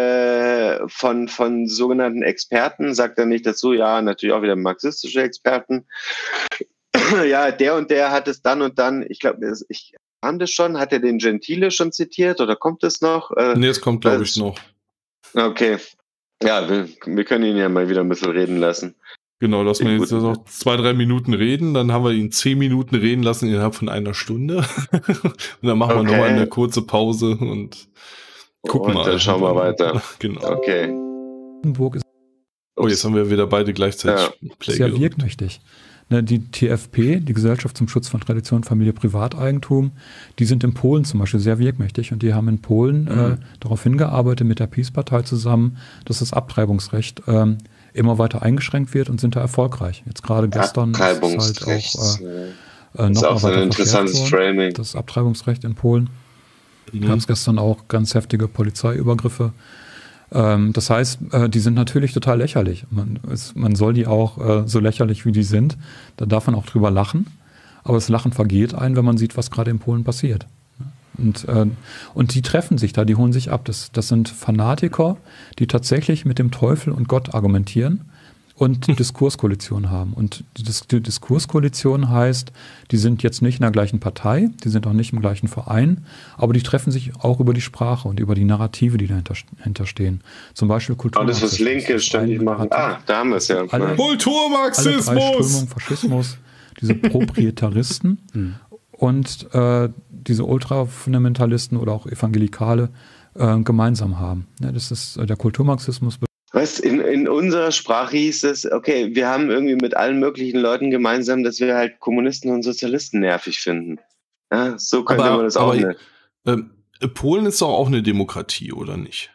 von sogenannten Experten, sagt dann nicht dazu, ja, natürlich auch wieder marxistische Experten. Ja, der und der hat es dann und dann, ich glaube, hat er den Gentile schon zitiert oder kommt es noch? Nee, es kommt, glaube ich, noch. Okay. Ja, wir können ihn ja mal wieder ein bisschen reden lassen. Genau, lassen wir jetzt noch 2-3 Minuten reden, dann haben wir ihn 10 Minuten reden lassen innerhalb von einer Stunde. Und dann machen wir nochmal eine kurze Pause und gucken mal. Dann schauen wir weiter. Genau. Okay. Oh, jetzt haben wir wieder beide gleichzeitig Play. Sehr wirkmächtig. Die TFP, die Gesellschaft zum Schutz von Tradition, Familie, Privateigentum, die sind in Polen zum Beispiel sehr wirkmächtig und die haben in Polen darauf hingearbeitet mit der PiS-Partei zusammen, dass das Abtreibungsrecht immer weiter eingeschränkt wird und sind da erfolgreich. Jetzt gerade gestern ist halt auch noch mal weiter interessantes Framing. Das Abtreibungsrecht in Polen. Gab es gestern auch ganz heftige Polizeiübergriffe. Das heißt, die sind natürlich total lächerlich. Man soll die auch so lächerlich, wie die sind, da darf man auch drüber lachen. Aber das Lachen vergeht ein, wenn man sieht, was gerade in Polen passiert. Und die treffen sich da, die holen sich ab. Das sind Fanatiker, die tatsächlich mit dem Teufel und Gott argumentieren und Diskurskoalition haben. Und die Diskurskoalition heißt, die sind jetzt nicht in der gleichen Partei, die sind auch nicht im gleichen Verein, aber die treffen sich auch über die Sprache und über die Narrative, die dahinter stehen. Zum Beispiel Kulturmarxismus. Alles, was Linke ständig machen. Da haben wir es ja. Kulturmarxismus! Alle 3 Strömungen, Faschismus, diese Proprietaristen und diese Ultrafundamentalisten oder auch Evangelikale gemeinsam haben. Ja, das ist der Kulturmarxismus. Weißt, in unserer Sprache hieß es, okay, wir haben irgendwie mit allen möglichen Leuten gemeinsam, dass wir halt Kommunisten und Sozialisten nervig finden. Ja, so könnte man das auch nennen. Polen ist doch auch eine Demokratie, oder nicht?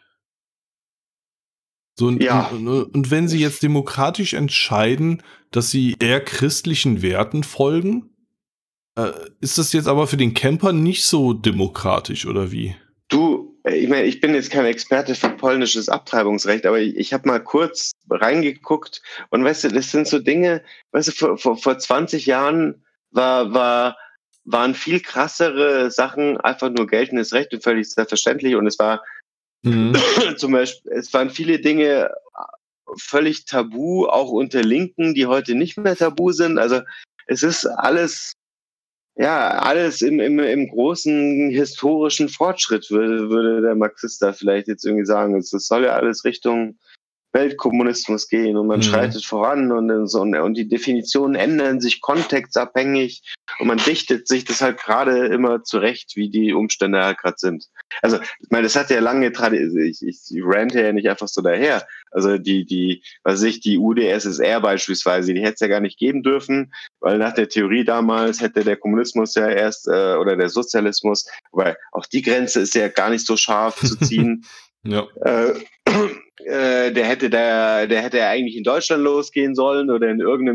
So, ja. Und wenn sie jetzt demokratisch entscheiden, dass sie eher christlichen Werten folgen, ist das jetzt aber für den Camper nicht so demokratisch, oder wie? Ich meine, ich bin jetzt kein Experte für polnisches Abtreibungsrecht, aber ich habe mal kurz reingeguckt und weißt du, das sind so Dinge, weißt du, vor 20 Jahren waren viel krassere Sachen einfach nur geltendes Recht und völlig selbstverständlich und es war zum Beispiel, es waren viele Dinge völlig tabu, auch unter Linken, die heute nicht mehr tabu sind. Also es ist alles im großen historischen Fortschritt, würde der Marxist da vielleicht jetzt irgendwie sagen. Es soll ja alles Richtung Weltkommunismus gehen und man schreitet voran und die Definitionen ändern sich kontextabhängig und man dichtet sich das halt gerade immer zurecht, wie die Umstände halt gerade sind. Also, ich meine, das hat ja lange Tradition, ich rante ja nicht einfach so daher. Also die UdSSR beispielsweise, die hätte es ja gar nicht geben dürfen, weil nach der Theorie damals hätte der Kommunismus ja erst, oder der Sozialismus, weil auch die Grenze ist ja gar nicht so scharf zu ziehen. Ja. Der hätte eigentlich in Deutschland losgehen sollen oder in irgendeinem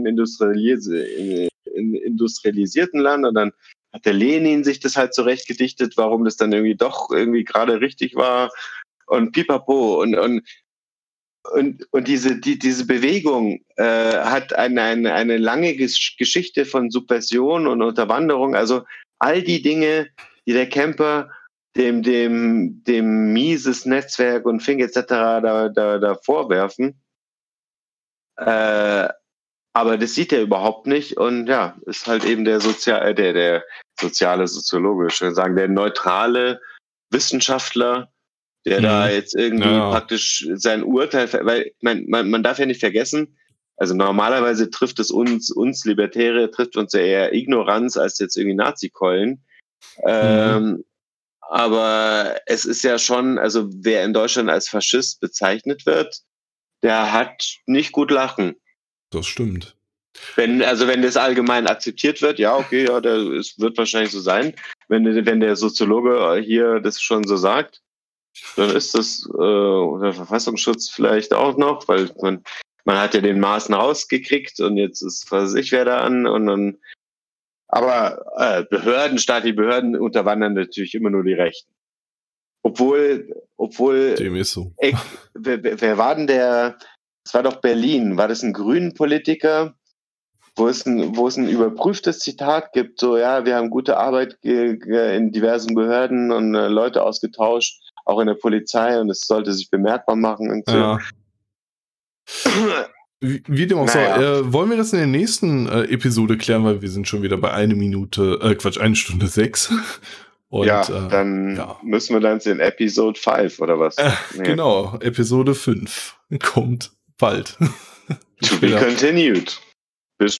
industrialisierten Land, und dann hat der Lenin sich das halt zurechtgedichtet, warum das dann irgendwie doch irgendwie gerade richtig war und pipapo und diese Bewegung hat eine lange Geschichte von Subversion und Unterwanderung, also all die Dinge, die der Kemper dem Mises Netzwerk und Fink etc. da vorwerfen. Aber das sieht er überhaupt nicht und ja, ist halt eben der soziale Soziologe, ich würde sagen, der neutrale Wissenschaftler, der da jetzt irgendwie praktisch sein Urteil, weil man darf ja nicht vergessen, also normalerweise trifft es uns Libertäre, trifft uns ja eher Ignoranz als jetzt irgendwie Nazi-Keulen. Aber es ist ja schon, also wer in Deutschland als Faschist bezeichnet wird, der hat nicht gut lachen. Das stimmt. Wenn das allgemein akzeptiert wird, ja, okay, ja, es wird wahrscheinlich so sein. Wenn der Soziologe hier das schon so sagt, dann ist das der Verfassungsschutz vielleicht auch noch, weil man hat ja den Maaßen rausgekriegt und jetzt ist, was weiß ich, wer da an und dann. Aber staatliche Behörden unterwandern natürlich immer nur die Rechten. Obwohl dem ist so. Wer war denn das war doch Berlin, war das ein grünen Politiker, wo es ein überprüftes Zitat gibt, so, ja, wir haben gute Arbeit in diversen Behörden und Leute ausgetauscht, auch in der Polizei, und es sollte sich bemerkbar machen und so. Ja. Wie dem auch sei, wollen wir das in der nächsten Episode klären, weil wir sind schon wieder bei 1 Stunde 6. Und, dann müssen wir dann in Episode 5 oder was? Genau, Episode 5 kommt bald. To be continued.